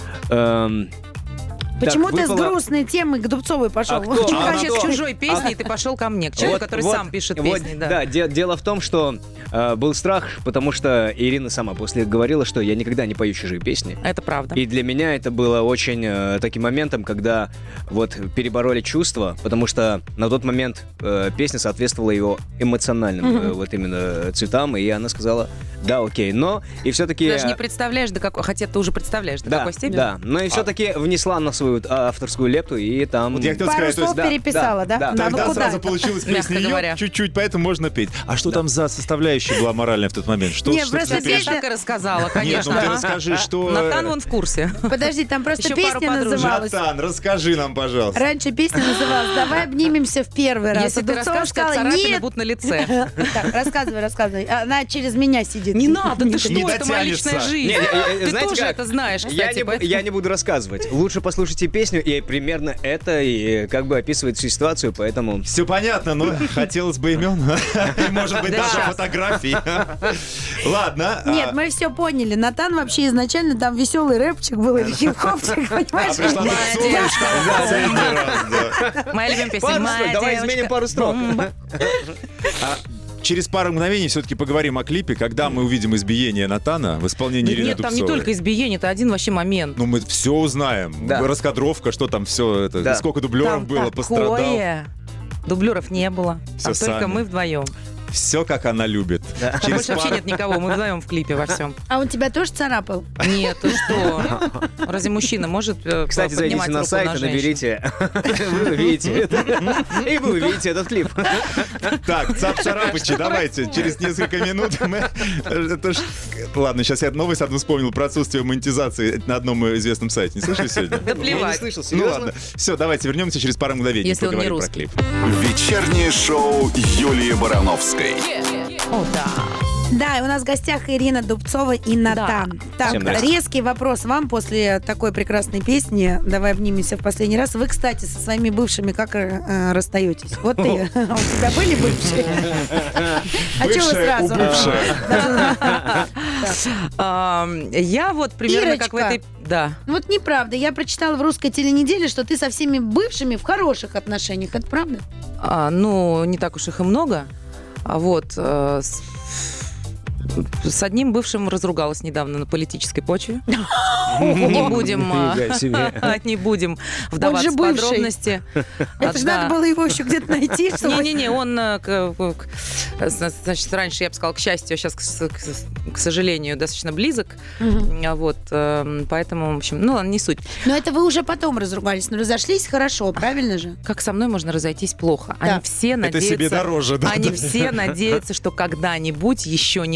[SPEAKER 2] Почему
[SPEAKER 5] так,
[SPEAKER 2] ты с
[SPEAKER 5] выпало-
[SPEAKER 2] грустной темы к Дубцовой пошел?
[SPEAKER 5] А кто?
[SPEAKER 2] Очень
[SPEAKER 5] А
[SPEAKER 4] Вообще
[SPEAKER 5] кто?
[SPEAKER 4] с чужой песней ты пошел ко мне, к человеку, который сам пишет песни. Да.
[SPEAKER 5] Дело в том, что был страх, потому что Ирина сама после говорила, что я никогда не пою чужие песни.
[SPEAKER 4] Это правда.
[SPEAKER 5] И для меня это было очень таким моментом, когда вот перебороли чувства, потому что на тот момент песня соответствовала его эмоциональным вот именно цветам, и она сказала, да, окей, но и все-таки...
[SPEAKER 4] Даже не представляешь, до какой... Хотя ты уже представляешь, до
[SPEAKER 5] Да,
[SPEAKER 4] какой степени.
[SPEAKER 5] да, но и все-таки внесла на свою авторскую лепту, и там...
[SPEAKER 3] Вот я хотел
[SPEAKER 2] Пару
[SPEAKER 3] сказать, то есть,
[SPEAKER 2] слов
[SPEAKER 5] да,
[SPEAKER 2] переписала, да?
[SPEAKER 5] да,
[SPEAKER 2] Да, ну
[SPEAKER 3] Тогда
[SPEAKER 2] куда
[SPEAKER 3] сразу
[SPEAKER 2] это?
[SPEAKER 3] получилась
[SPEAKER 4] Мягко
[SPEAKER 3] песня
[SPEAKER 4] говоря.
[SPEAKER 3] ее чуть-чуть, поэтому можно петь. А что там за составляющая была моральная в тот момент? Что,
[SPEAKER 2] Не,
[SPEAKER 3] что
[SPEAKER 2] просто
[SPEAKER 3] ты
[SPEAKER 4] Я
[SPEAKER 3] пишешь?
[SPEAKER 2] песня-
[SPEAKER 4] так и рассказала,
[SPEAKER 3] Нет,
[SPEAKER 4] конечно.
[SPEAKER 3] ну ты
[SPEAKER 4] а?
[SPEAKER 3] расскажи, что...
[SPEAKER 4] Натан вон в курсе.
[SPEAKER 2] Подожди, там просто
[SPEAKER 4] Еще пару
[SPEAKER 2] песня
[SPEAKER 4] подружек.
[SPEAKER 2] называлась.
[SPEAKER 3] Натан, расскажи нам, пожалуйста.
[SPEAKER 2] Раньше песня называлась «Давай обнимемся в первый раз».
[SPEAKER 4] Если
[SPEAKER 2] А
[SPEAKER 4] ты
[SPEAKER 2] Дубцова
[SPEAKER 4] расскажешь, как
[SPEAKER 2] сказала,
[SPEAKER 4] царапины
[SPEAKER 2] нет.
[SPEAKER 4] будут на лице.
[SPEAKER 2] Так, рассказывай. Она через меня сидит.
[SPEAKER 4] Не надо, ты что,
[SPEAKER 3] Не
[SPEAKER 4] это моя
[SPEAKER 3] дотянется.
[SPEAKER 4] личная жизнь.
[SPEAKER 5] Не,
[SPEAKER 4] Ты
[SPEAKER 5] знаете
[SPEAKER 4] тоже
[SPEAKER 5] как?
[SPEAKER 4] это знаешь,
[SPEAKER 5] Я
[SPEAKER 4] кстати.
[SPEAKER 5] не буду рассказывать. Лучше послушайте послушайте песню, и примерно это и как бы описывает всю ситуацию, поэтому...
[SPEAKER 3] Все понятно, но хотелось бы имен. И, может быть, даже фотографий. Ладно.
[SPEAKER 2] Нет, мы все поняли. Натан вообще изначально там веселый рэпчик был или хип-хопчик, понимаешь?
[SPEAKER 3] Пришла танцовочка последний раз, да.
[SPEAKER 4] Моя любимая песня.
[SPEAKER 5] Пару
[SPEAKER 4] «Моя
[SPEAKER 5] строк, давай
[SPEAKER 4] девочка».
[SPEAKER 5] изменим пару строк.
[SPEAKER 3] Через пару мгновений все-таки поговорим о клипе, когда мы увидим избиение Натана в исполнении Ирины
[SPEAKER 4] Нет, там не
[SPEAKER 3] Дубцовой.
[SPEAKER 4] только избиение, это один вообще момент.
[SPEAKER 3] Ну, мы все узнаем.
[SPEAKER 5] Да.
[SPEAKER 3] Раскадровка, что там все это.
[SPEAKER 5] Да.
[SPEAKER 3] Сколько дублеров
[SPEAKER 4] Там
[SPEAKER 3] было, пострадал.
[SPEAKER 4] такое. Дублеров не было.
[SPEAKER 3] Всё
[SPEAKER 4] Там только
[SPEAKER 3] сами.
[SPEAKER 4] мы вдвоем.
[SPEAKER 3] Все, как она любит.
[SPEAKER 4] Там
[SPEAKER 3] Через
[SPEAKER 4] больше вообще
[SPEAKER 3] пару-
[SPEAKER 4] нет никого, мы вдвоем в клипе во всем.
[SPEAKER 2] А он тебя тоже царапал?
[SPEAKER 4] Нет, ты что? Разве мужчина может
[SPEAKER 5] Кстати, зайдите
[SPEAKER 4] поднимать
[SPEAKER 5] на
[SPEAKER 4] руку
[SPEAKER 5] сайт
[SPEAKER 4] на
[SPEAKER 5] и
[SPEAKER 4] женщину?
[SPEAKER 5] наберите. Вы увидите это. И вы увидите этот клип.
[SPEAKER 3] Так, Цап-Царапычи, давайте, через несколько минут мы... Ладно, сейчас я новость одну вспомнил про отсутствие монетизации на одном известном сайте. Не слышали сегодня?
[SPEAKER 4] Да
[SPEAKER 5] Я не
[SPEAKER 4] плевать.
[SPEAKER 5] слышал,
[SPEAKER 3] Ну
[SPEAKER 5] серьезно?
[SPEAKER 3] ладно. Все, давайте вернемся через пару мгновений.
[SPEAKER 4] Если он не
[SPEAKER 3] поговорим про
[SPEAKER 4] русский.
[SPEAKER 3] клип.
[SPEAKER 1] Вечернее шоу Юлии Барановской.
[SPEAKER 4] О, да.
[SPEAKER 2] Да, и у нас в гостях Ирина Дубцова и Натан. Так,
[SPEAKER 5] Всем здрасте.
[SPEAKER 2] резкий вопрос вам после такой прекрасной песни. Давай обнимемся в последний раз. Вы, кстати, со своими бывшими как расстаетесь? Вот ты. У тебя были бывшие? А чего вы
[SPEAKER 3] Бывшая,
[SPEAKER 2] сразу?
[SPEAKER 3] убывшая.
[SPEAKER 4] Я вот примерно как в
[SPEAKER 2] Ирочка.
[SPEAKER 4] этой... Да.
[SPEAKER 2] Вот неправда. Я прочитала в русской теленеделе, что ты со всеми бывшими в хороших отношениях. Это правда?
[SPEAKER 4] Ну, не так уж их и много. Вот. С одним бывшим разругалась недавно на политической почве. Не будем
[SPEAKER 5] Нифига себе.
[SPEAKER 4] не будем вдаваться в
[SPEAKER 2] бывший.
[SPEAKER 4] подробности.
[SPEAKER 2] Это же
[SPEAKER 4] Да.
[SPEAKER 2] надо было его еще где-то найти, чтобы...
[SPEAKER 4] Не-не-не, он, значит, раньше, я бы сказала, к счастью, а сейчас, к сожалению, достаточно близок. Вот, поэтому, в общем, ну, ладно, не суть.
[SPEAKER 2] Но это вы уже потом разругались. Но разошлись хорошо, правильно же?
[SPEAKER 4] Как со мной можно разойтись плохо?
[SPEAKER 2] Да.
[SPEAKER 4] Они все
[SPEAKER 3] Это
[SPEAKER 4] надеются...
[SPEAKER 3] себе дороже, да?
[SPEAKER 4] Они все надеются, что когда-нибудь,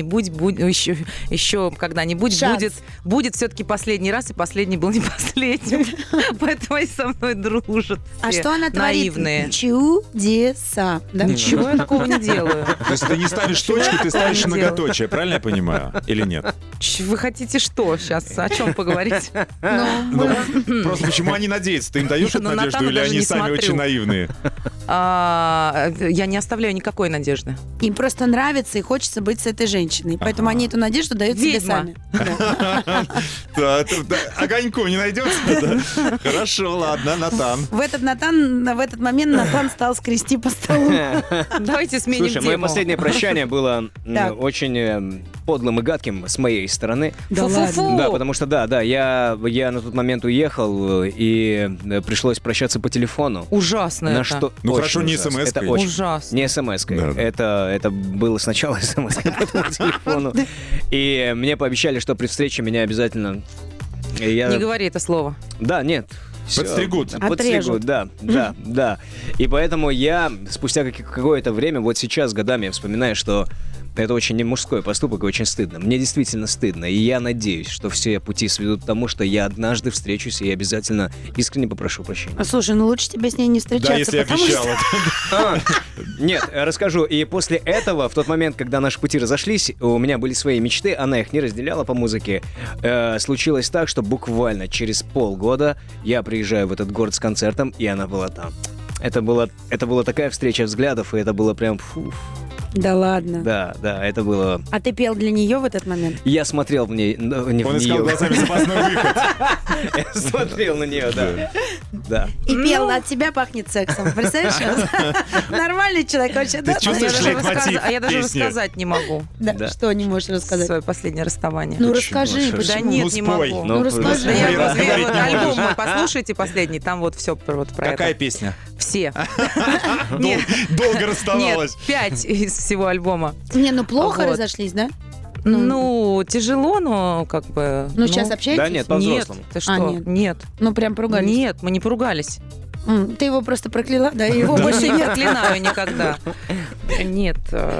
[SPEAKER 4] еще когда-нибудь
[SPEAKER 2] Шанс.
[SPEAKER 4] будет все-таки последний раз, и последний был не последним. Поэтому они со мной дружат.
[SPEAKER 2] А
[SPEAKER 4] все
[SPEAKER 2] что она
[SPEAKER 4] наивные.
[SPEAKER 2] творит? Чудеса. Да?
[SPEAKER 4] Ничего я такого не делаю.
[SPEAKER 3] То есть ты не ставишь точку, ты ставишь
[SPEAKER 4] не
[SPEAKER 3] многоточие, правильно я понимаю? Или нет?
[SPEAKER 4] Вы хотите что сейчас? О чем поговорить?
[SPEAKER 3] Ну, просто почему они надеются? Ты им даешь эту
[SPEAKER 4] На
[SPEAKER 3] надежду,
[SPEAKER 4] Натана
[SPEAKER 3] или
[SPEAKER 4] даже
[SPEAKER 3] они
[SPEAKER 4] не
[SPEAKER 3] сами
[SPEAKER 4] смотрю.
[SPEAKER 3] очень наивные?
[SPEAKER 4] Я не оставляю никакой надежды.
[SPEAKER 2] Им просто нравится и хочется быть с этой женщиной. Поэтому они эту надежду дают себе
[SPEAKER 4] Ведьма.
[SPEAKER 2] сами. Да.
[SPEAKER 3] Да, огоньку не найдется? Да? Хорошо, ладно, Натан.
[SPEAKER 2] В этот момент Натан стал скрести по столу.
[SPEAKER 4] Давайте сменим
[SPEAKER 5] Слушай, мое
[SPEAKER 4] тему.
[SPEAKER 5] последнее прощание было
[SPEAKER 2] Так.
[SPEAKER 5] очень подлым и гадким с моей стороны.
[SPEAKER 4] Фу-фу-фу.
[SPEAKER 5] Да, потому что, да, я на тот момент уехал, и пришлось прощаться по телефону.
[SPEAKER 4] Ужасно
[SPEAKER 5] На
[SPEAKER 4] это.
[SPEAKER 5] что
[SPEAKER 3] Ну,
[SPEAKER 5] очень
[SPEAKER 3] хорошо, не
[SPEAKER 5] ужасно.
[SPEAKER 3] смс-кой.
[SPEAKER 5] Это очень...
[SPEAKER 4] Ужасно.
[SPEAKER 5] Не смс-кой.
[SPEAKER 3] Да, да.
[SPEAKER 5] Это было сначала смс-кой, потом по телефону. И мне пообещали, что при встрече меня обязательно... Я...
[SPEAKER 4] Не говори это слово.
[SPEAKER 5] Да, нет. Всё.
[SPEAKER 3] Подстригут.
[SPEAKER 2] Отрежут.
[SPEAKER 5] Да. И поэтому я спустя какое-то время, вот сейчас годами я вспоминаю, что это очень не мужской поступок и очень стыдно. Мне действительно стыдно. И я надеюсь, что все пути сведут к тому, что я однажды встречусь и обязательно искренне попрошу прощения.
[SPEAKER 2] Слушай, ну лучше тебе с ней не встречаться.
[SPEAKER 3] Да, если
[SPEAKER 2] потому что-
[SPEAKER 3] обещала.
[SPEAKER 5] Нет, расскажу. И после этого, в тот момент, когда наши пути разошлись, у меня были свои мечты, она их не разделяла по музыке. Случилось так, что буквально через полгода я приезжаю в этот город с концертом, и она была там. Это была такая встреча взглядов, и это было прям... фу.
[SPEAKER 2] Да ладно.
[SPEAKER 5] Да, это было...
[SPEAKER 2] А ты пел для нее в этот момент?
[SPEAKER 5] Я смотрел в ней, не
[SPEAKER 3] Он
[SPEAKER 5] в
[SPEAKER 3] искал
[SPEAKER 5] нее.
[SPEAKER 3] глазами запасной выход.
[SPEAKER 5] Я смотрел на нее, да. Да.
[SPEAKER 2] И пел, от тебя пахнет сексом. Представляешь? Нормальный человек вообще, да?
[SPEAKER 3] чувствуешь лейтмотив
[SPEAKER 4] Я даже
[SPEAKER 3] песни?
[SPEAKER 4] рассказать не могу.
[SPEAKER 2] Да,
[SPEAKER 5] Да.
[SPEAKER 2] что не можешь рассказать?
[SPEAKER 4] Свое последнее расставание.
[SPEAKER 2] Ну
[SPEAKER 5] Почему?
[SPEAKER 2] расскажи,
[SPEAKER 5] Что ж?
[SPEAKER 4] Да
[SPEAKER 2] почему?
[SPEAKER 4] нет,
[SPEAKER 3] Ну,
[SPEAKER 4] не
[SPEAKER 3] спой.
[SPEAKER 4] могу.
[SPEAKER 2] Ну, расскажи.
[SPEAKER 4] Да я
[SPEAKER 3] Да, говорить
[SPEAKER 4] вот
[SPEAKER 3] не
[SPEAKER 4] альбом
[SPEAKER 3] можешь.
[SPEAKER 4] мой послушайте последний, там вот все вот про
[SPEAKER 3] Какая
[SPEAKER 4] это.
[SPEAKER 3] песня?
[SPEAKER 4] Все. Нет,
[SPEAKER 3] Долго
[SPEAKER 4] нет,
[SPEAKER 3] расставалась.
[SPEAKER 4] 5 из всего альбома.
[SPEAKER 2] Не, ну плохо
[SPEAKER 4] Вот.
[SPEAKER 2] разошлись, да?
[SPEAKER 4] Ну, тяжело, но как бы...
[SPEAKER 2] Ну сейчас общаетесь?
[SPEAKER 5] Да нет, по-взрослому.
[SPEAKER 4] Нет, ты что?
[SPEAKER 2] нет.
[SPEAKER 4] Нет.
[SPEAKER 2] Ну прям поругались?
[SPEAKER 4] Нет, мы не поругались.
[SPEAKER 2] Ты его просто прокляла, да? И его больше
[SPEAKER 4] Не
[SPEAKER 2] нет.
[SPEAKER 4] проклинаю никогда. Нет.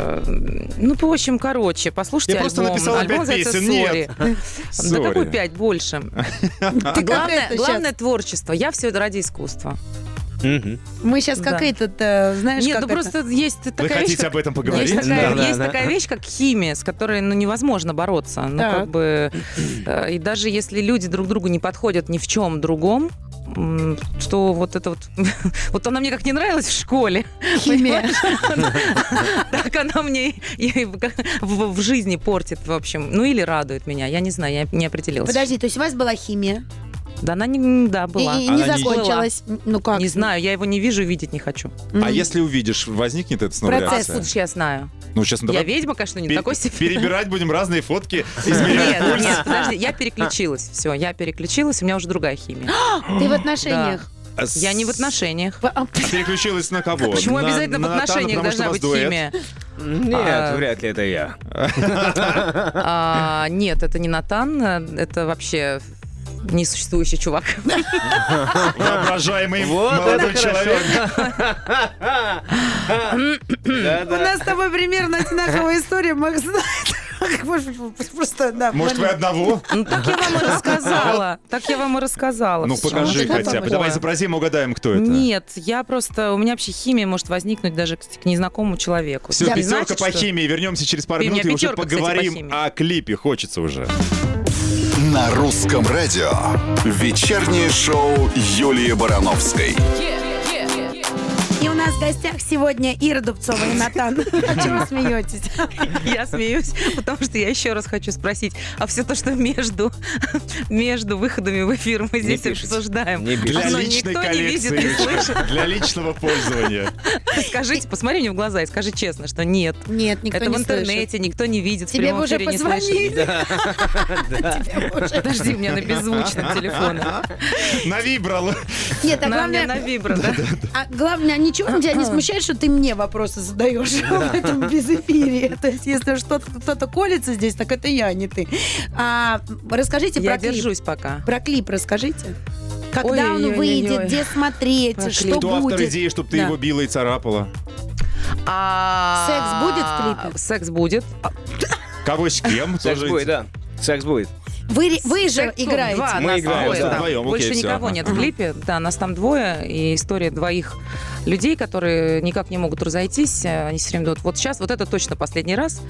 [SPEAKER 4] Ну, в общем, короче, послушайте
[SPEAKER 3] Я просто
[SPEAKER 4] альбом.
[SPEAKER 3] написала
[SPEAKER 4] Альбом
[SPEAKER 3] 5
[SPEAKER 4] называется
[SPEAKER 3] песен. Нет.
[SPEAKER 4] «Sorry». Да
[SPEAKER 3] Sorry.
[SPEAKER 4] какой 5? Больше.
[SPEAKER 2] Ты как это
[SPEAKER 4] Главное
[SPEAKER 2] щас?
[SPEAKER 4] творчество. Я все это ради искусства.
[SPEAKER 5] Мгм.
[SPEAKER 2] Мы сейчас как
[SPEAKER 4] Да.
[SPEAKER 2] этот, знаешь,
[SPEAKER 4] Нет,
[SPEAKER 2] как
[SPEAKER 4] ну
[SPEAKER 2] это?
[SPEAKER 4] просто есть
[SPEAKER 3] Вы
[SPEAKER 4] такая вещь,
[SPEAKER 3] хотите
[SPEAKER 4] как...
[SPEAKER 3] об этом поговорить?
[SPEAKER 4] Есть, такая,
[SPEAKER 5] Да,
[SPEAKER 4] есть
[SPEAKER 5] да.
[SPEAKER 4] такая вещь, как химия, с которой невозможно бороться. Ну,
[SPEAKER 2] Так.
[SPEAKER 4] как бы, и даже если люди друг другу не подходят ни в чем другом, что вот это вот... Вот она мне как не нравилась в школе.
[SPEAKER 2] Химия.
[SPEAKER 4] Так она мне и в жизни портит, в общем. Ну или радует меня, я не знаю, я не определилась.
[SPEAKER 2] Подожди, то есть у вас была химия?
[SPEAKER 4] Да, она не... Да, была.
[SPEAKER 2] И
[SPEAKER 3] Она
[SPEAKER 2] не
[SPEAKER 3] не-
[SPEAKER 2] закончилась? Ну как?
[SPEAKER 4] Не знаю, я его не вижу и видеть не хочу.
[SPEAKER 3] А если увидишь, возникнет эта снова
[SPEAKER 2] Процесс.
[SPEAKER 3] реакция?
[SPEAKER 4] Откуда ж я знаю?
[SPEAKER 3] Ну, сейчас
[SPEAKER 4] Я ведьма, конечно, не такой себе.
[SPEAKER 3] Перебирать будем разные фотки, измерять
[SPEAKER 4] Нет,
[SPEAKER 3] пульс.
[SPEAKER 4] нет, подожди, я переключилась. Все, я переключилась, у меня уже другая химия.
[SPEAKER 2] Ты в отношениях?
[SPEAKER 4] Я не в отношениях.
[SPEAKER 3] А переключилась на кого?
[SPEAKER 4] Почему
[SPEAKER 3] На-
[SPEAKER 4] обязательно в
[SPEAKER 3] на Натана,
[SPEAKER 4] отношениях
[SPEAKER 3] потому что
[SPEAKER 4] должна
[SPEAKER 3] у вас
[SPEAKER 4] быть
[SPEAKER 3] дуэт?
[SPEAKER 4] химия?
[SPEAKER 5] Нет, вряд ли это я.
[SPEAKER 4] Нет, это не Натан, это вообще несуществующий чувак.
[SPEAKER 3] Воображаемый
[SPEAKER 5] Вот
[SPEAKER 3] молодой
[SPEAKER 5] это
[SPEAKER 3] человек.
[SPEAKER 2] У нас с тобой примерно одинаковая история, Макс знает. Просто, да.
[SPEAKER 3] Может, вы одного?
[SPEAKER 4] Ну, так я вам и рассказала. Так я вам и рассказала.
[SPEAKER 3] Ну,
[SPEAKER 4] всё.
[SPEAKER 3] покажи
[SPEAKER 4] Что
[SPEAKER 3] хотя бы.
[SPEAKER 4] такое?
[SPEAKER 3] Давай изобразим, угадаем, кто это.
[SPEAKER 4] Нет, я просто... У меня вообще химия может возникнуть даже к незнакомому человеку.
[SPEAKER 3] Все,
[SPEAKER 4] Это не
[SPEAKER 3] пятерка
[SPEAKER 4] значит,
[SPEAKER 3] по
[SPEAKER 4] что-
[SPEAKER 3] химии. Вернемся через пару
[SPEAKER 4] Ты у
[SPEAKER 3] минут
[SPEAKER 4] меня
[SPEAKER 3] и уже
[SPEAKER 4] пятерка, кстати, по
[SPEAKER 3] поговорим
[SPEAKER 4] химии.
[SPEAKER 3] о клипе. Хочется уже.
[SPEAKER 1] На русском радио. Вечернее шоу Юлии Барановской.
[SPEAKER 2] И у нас в гостях сегодня Ира Дубцова и Натан. А чего вы смеетесь?
[SPEAKER 4] Я смеюсь, потому что я еще раз хочу спросить, а все то, что между выходами в эфир мы здесь
[SPEAKER 5] пишите.
[SPEAKER 4] обсуждаем,
[SPEAKER 5] Не пишите.
[SPEAKER 3] Для
[SPEAKER 4] оно
[SPEAKER 3] личной
[SPEAKER 4] никто не видит, не
[SPEAKER 3] коллекции.
[SPEAKER 4] слышит.
[SPEAKER 3] Для личного пользования.
[SPEAKER 4] Скажите, посмотри мне в глаза и скажи честно, что нет.
[SPEAKER 2] Нет, никто
[SPEAKER 4] Это
[SPEAKER 2] не
[SPEAKER 4] в
[SPEAKER 2] слышит.
[SPEAKER 4] интернете, никто не видит, в
[SPEAKER 2] Тебе
[SPEAKER 4] прямом
[SPEAKER 2] бы уже
[SPEAKER 4] эфире не слышит.
[SPEAKER 2] позвонили. Тебе бы уже-
[SPEAKER 4] Подожди, у меня на беззвучном телефоне.
[SPEAKER 3] На вибрал.
[SPEAKER 2] Нет, а
[SPEAKER 4] На мне на
[SPEAKER 2] главное...
[SPEAKER 4] вибро, да?
[SPEAKER 2] А главное, ничего тебя не смущает, что ты мне вопросы задаешь в этом безэфире? То есть, если кто-то колется здесь, так это я, а не ты. Расскажите
[SPEAKER 4] Я
[SPEAKER 2] про клип.
[SPEAKER 4] держусь пока.
[SPEAKER 2] Про клип расскажите. Когда он
[SPEAKER 4] Ой-ой-ой-ой.
[SPEAKER 2] выйдет, где смотреть,
[SPEAKER 4] Про
[SPEAKER 2] что
[SPEAKER 4] клип.
[SPEAKER 3] Кто автор
[SPEAKER 2] будет.
[SPEAKER 3] идеи, чтобы ты
[SPEAKER 2] Да.
[SPEAKER 3] его била и царапала?
[SPEAKER 2] Секс будет в клипе?
[SPEAKER 4] Секс будет.
[SPEAKER 3] Кого с кем?
[SPEAKER 5] Секс
[SPEAKER 3] Тоже
[SPEAKER 5] будет, да. Секс будет.
[SPEAKER 2] Вы же
[SPEAKER 4] Секс
[SPEAKER 2] играете.
[SPEAKER 4] два,
[SPEAKER 5] Мы
[SPEAKER 4] нас
[SPEAKER 5] играем,
[SPEAKER 4] двое,
[SPEAKER 5] да.
[SPEAKER 4] да.
[SPEAKER 3] Вдвоем, окей,
[SPEAKER 4] Больше
[SPEAKER 3] всё.
[SPEAKER 4] никого нет в клипе. Да, нас там двое, и история двоих людей, которые никак не могут разойтись. Они все время думают, вот сейчас, вот это точно последний раз.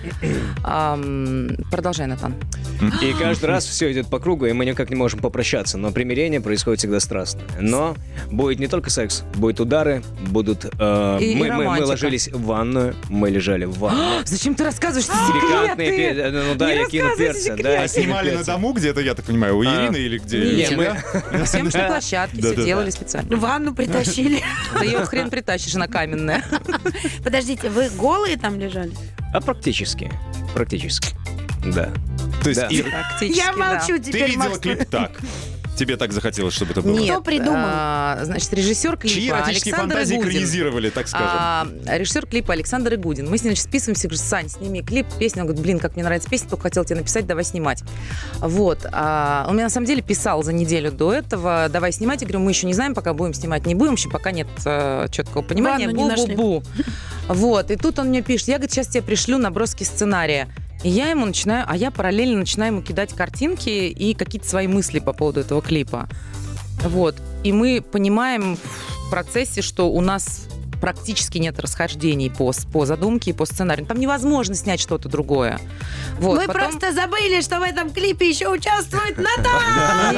[SPEAKER 4] Продолжай, Натан.
[SPEAKER 5] И каждый раз все идет по кругу, и мы никак не можем попрощаться. Но примирение происходит всегда страстно. Но будет не только секс, будут удары, будут...
[SPEAKER 4] И
[SPEAKER 5] мы
[SPEAKER 4] романтика.
[SPEAKER 5] ложились в ванную, мы лежали в ванную.
[SPEAKER 4] Зачем ты рассказываешь
[SPEAKER 5] Пикантные
[SPEAKER 4] секреты?
[SPEAKER 5] ну да,
[SPEAKER 4] Не
[SPEAKER 5] я кину
[SPEAKER 4] рассказывайте
[SPEAKER 5] перца.
[SPEAKER 4] секреты.
[SPEAKER 5] Да, я
[SPEAKER 3] А
[SPEAKER 5] кину
[SPEAKER 3] снимали на
[SPEAKER 5] перца.
[SPEAKER 3] дому где-то, я так понимаю, у Ирины или где?
[SPEAKER 4] Нет,
[SPEAKER 3] У
[SPEAKER 5] Не,
[SPEAKER 3] тебя?
[SPEAKER 5] мы...
[SPEAKER 4] На съемочной площадке все
[SPEAKER 3] Да-да-да.
[SPEAKER 4] делали специально.
[SPEAKER 2] Ванну притащили.
[SPEAKER 4] Да ее хрен притащишь, она каменная.
[SPEAKER 2] Подождите, вы голые там лежали?
[SPEAKER 5] А практически. Практически. Да.
[SPEAKER 3] То есть,
[SPEAKER 5] Да.
[SPEAKER 3] Ир,
[SPEAKER 4] Практически,
[SPEAKER 2] Я
[SPEAKER 4] да.
[SPEAKER 2] молчу
[SPEAKER 3] ты
[SPEAKER 2] теперь,
[SPEAKER 3] видела
[SPEAKER 2] Макс.
[SPEAKER 3] клип так? Тебе так захотелось, чтобы это было?
[SPEAKER 4] Нет,
[SPEAKER 2] Кто придумал?
[SPEAKER 4] Значит, режиссер
[SPEAKER 3] Чьи
[SPEAKER 4] клипа
[SPEAKER 3] эротические
[SPEAKER 4] Александр
[SPEAKER 3] фантазии
[SPEAKER 4] Игудин.
[SPEAKER 3] экранизировали, так скажем?
[SPEAKER 4] Режиссер клипа Александр Игудин. Мы с ним, значит, списываемся, говорю, Сань, сними клип, песню. Он говорит, блин, как мне нравится песня, только хотел тебе написать, давай снимать. Вот. Он мне на самом деле писал за неделю до этого, давай снимать. Я говорю, мы еще не знаем, пока будем снимать, не будем, еще пока нет четкого понимания.
[SPEAKER 2] Ванну не нашли.
[SPEAKER 4] Бу-бу-бу. Вот. И тут он мне пишет, я, говорит, сейчас тебе пришлю наброски сценария. И я ему начинаю, а я параллельно начинаю ему кидать картинки и какие-то свои мысли по поводу этого клипа. Вот. И мы понимаем в процессе, что у нас практически нет расхождений по задумке и по сценарию. Там невозможно снять что-то другое. Вот.
[SPEAKER 2] Мы
[SPEAKER 4] Потом-
[SPEAKER 2] просто забыли, что в этом клипе еще участвует Натан.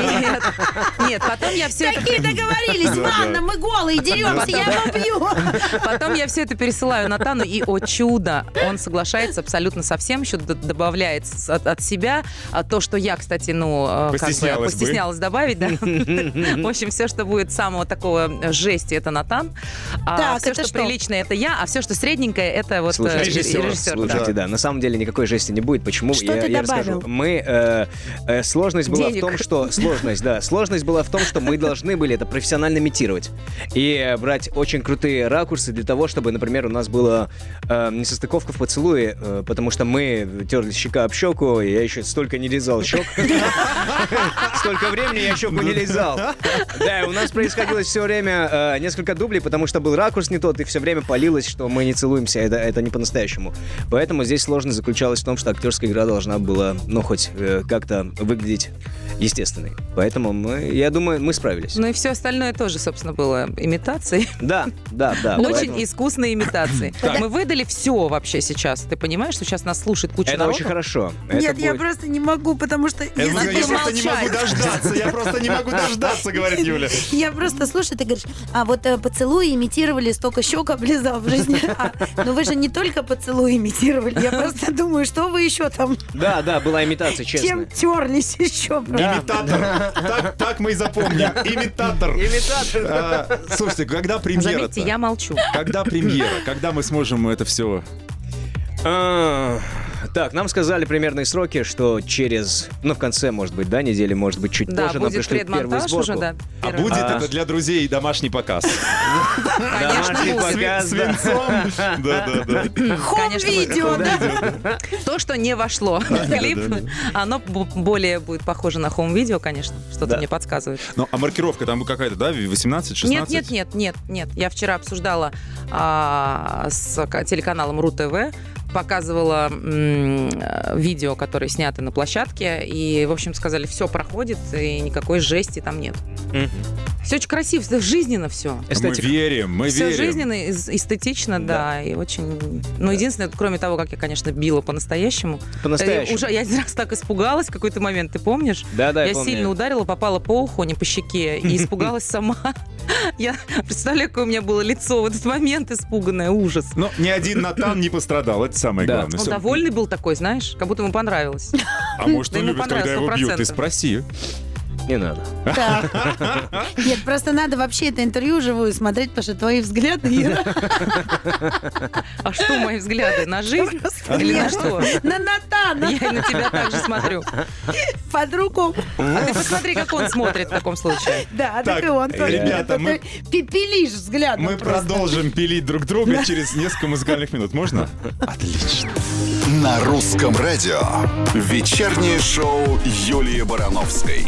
[SPEAKER 4] Нет, потом я все это...
[SPEAKER 2] Такие договорились, ладно, мы голые, деремся, я его бью.
[SPEAKER 4] Потом я все это пересылаю Натану, и, о чудо, он соглашается абсолютно со всем, еще добавляет от себя. А то, что я, кстати,
[SPEAKER 3] Постеснялась бы.
[SPEAKER 4] постеснялась добавить, да. В общем, все, что будет самого такого жести, это Натан. А
[SPEAKER 2] Так,
[SPEAKER 4] все,
[SPEAKER 2] это
[SPEAKER 4] что
[SPEAKER 2] что?
[SPEAKER 4] приличное, это я, а все, что средненькое, это вот
[SPEAKER 5] Слушайте,
[SPEAKER 4] режиссер.
[SPEAKER 5] Слушайте, да, на самом деле никакой жести не будет. Почему?
[SPEAKER 2] Что ты
[SPEAKER 5] я
[SPEAKER 2] добавил?
[SPEAKER 5] расскажу. Мы сложность была
[SPEAKER 4] Денег.
[SPEAKER 5] в том, что сложность была в том, что мы должны были это профессионально имитировать и брать очень крутые ракурсы для того, чтобы, например, у нас была несостыковка в поцелуе, потому что мы терлись щека об щеку, и я еще столько не лизал щек. Столько времени я щеку не лизал. Да, у нас происходило все время несколько дублей, потому что был ракурс не то. Ты все время палилась, что мы не целуемся, это не по-настоящему. Поэтому здесь сложность заключалась в том, что актерская игра должна была, хоть как-то выглядеть естественной. Поэтому я думаю, мы справились.
[SPEAKER 4] Ну и все остальное тоже, собственно, было имитацией.
[SPEAKER 5] Да.
[SPEAKER 4] Очень искусной имитацией. Мы выдали все вообще сейчас. Ты понимаешь, что сейчас нас слушает куча
[SPEAKER 5] Это
[SPEAKER 4] народу?
[SPEAKER 5] очень хорошо.
[SPEAKER 2] Нет, я просто не могу, потому что...
[SPEAKER 3] Я
[SPEAKER 2] если ты
[SPEAKER 3] просто не могу дождаться, я просто не могу дождаться, говорит Юля.
[SPEAKER 2] Я просто слушаю, ты говоришь, а вот поцелуи имитировали, столько щек облизал в жизни. Но вы же не только поцелуи имитировали, я просто думаю, что вы еще там...
[SPEAKER 5] Да, была имитация, честно.
[SPEAKER 2] Чем терлись еще?
[SPEAKER 3] Имитатор. Так мы и запомним. Имитатор. Слушайте, когда премьера?
[SPEAKER 4] Заметьте, я молчу.
[SPEAKER 3] Когда премьера? Когда мы сможем это все...
[SPEAKER 5] Так, нам сказали примерные сроки, что через, в конце, может быть, недели, может быть, чуть
[SPEAKER 4] Да,
[SPEAKER 5] позже нам
[SPEAKER 4] будет
[SPEAKER 5] пришли первую
[SPEAKER 4] предмонтаж
[SPEAKER 5] сборку.
[SPEAKER 4] уже, да.
[SPEAKER 3] А будет это для друзей домашний показ?
[SPEAKER 4] Конечно,
[SPEAKER 5] Домашний
[SPEAKER 4] будет.
[SPEAKER 5] показ,
[SPEAKER 3] С венцом. Да.
[SPEAKER 2] Хом-видео, да?
[SPEAKER 4] То, что не вошло в клип, оно более будет похоже на хоум-видео, конечно. Что-то мне подсказывает.
[SPEAKER 3] Ну, а маркировка там какая-то, да? 18, 16?
[SPEAKER 4] Нет. Я вчера обсуждала с телеканалом РУ-ТВ, показывала видео, которые сняты на площадке, и, в общем, сказали, все проходит, и никакой жести там нет. Все очень красиво, жизненно все.
[SPEAKER 3] Мы верим.
[SPEAKER 4] Все жизненно, эстетично, да, и очень... Ну, единственное, кроме того, как я, конечно, била по-настоящему.
[SPEAKER 5] По-настоящему.
[SPEAKER 4] Я один раз так испугалась в какой-то момент, ты помнишь?
[SPEAKER 5] Да, я
[SPEAKER 4] Я
[SPEAKER 5] помню.
[SPEAKER 4] сильно ударила, попала по уху, не по щеке, и испугалась сама. Я представляю, какое у меня было лицо в этот момент, испуганное, ужас.
[SPEAKER 3] Но ни один Натан не пострадал, это самое
[SPEAKER 5] Да.
[SPEAKER 3] главное.
[SPEAKER 4] Он
[SPEAKER 3] Всё.
[SPEAKER 4] довольный был такой, знаешь, как будто ему понравилось.
[SPEAKER 3] А может, он
[SPEAKER 4] ему
[SPEAKER 3] любит, когда его
[SPEAKER 4] понравилось,
[SPEAKER 3] бьют? Ты
[SPEAKER 4] 100%.
[SPEAKER 3] спроси.
[SPEAKER 5] Не надо.
[SPEAKER 2] Нет, просто надо вообще это интервью живую смотреть, потому что твои взгляды, Ира,
[SPEAKER 4] А что мои взгляды? На жизнь?
[SPEAKER 2] просто
[SPEAKER 4] Или на
[SPEAKER 2] нет.
[SPEAKER 4] что?
[SPEAKER 2] На Натана,
[SPEAKER 4] Я и на тебя также смотрю.
[SPEAKER 2] подругу.
[SPEAKER 4] А ты посмотри, как он смотрит в таком случае.
[SPEAKER 2] Да,
[SPEAKER 3] Так,
[SPEAKER 2] так и он тоже.
[SPEAKER 3] ребята,
[SPEAKER 2] Это
[SPEAKER 3] мы-
[SPEAKER 2] ты пилишь взглядом
[SPEAKER 3] Мы
[SPEAKER 2] просто.
[SPEAKER 3] продолжим пилить друг друга через несколько музыкальных минут. Можно? Отлично.
[SPEAKER 1] На русском радио. Вечернее шоу Юлии Барановской.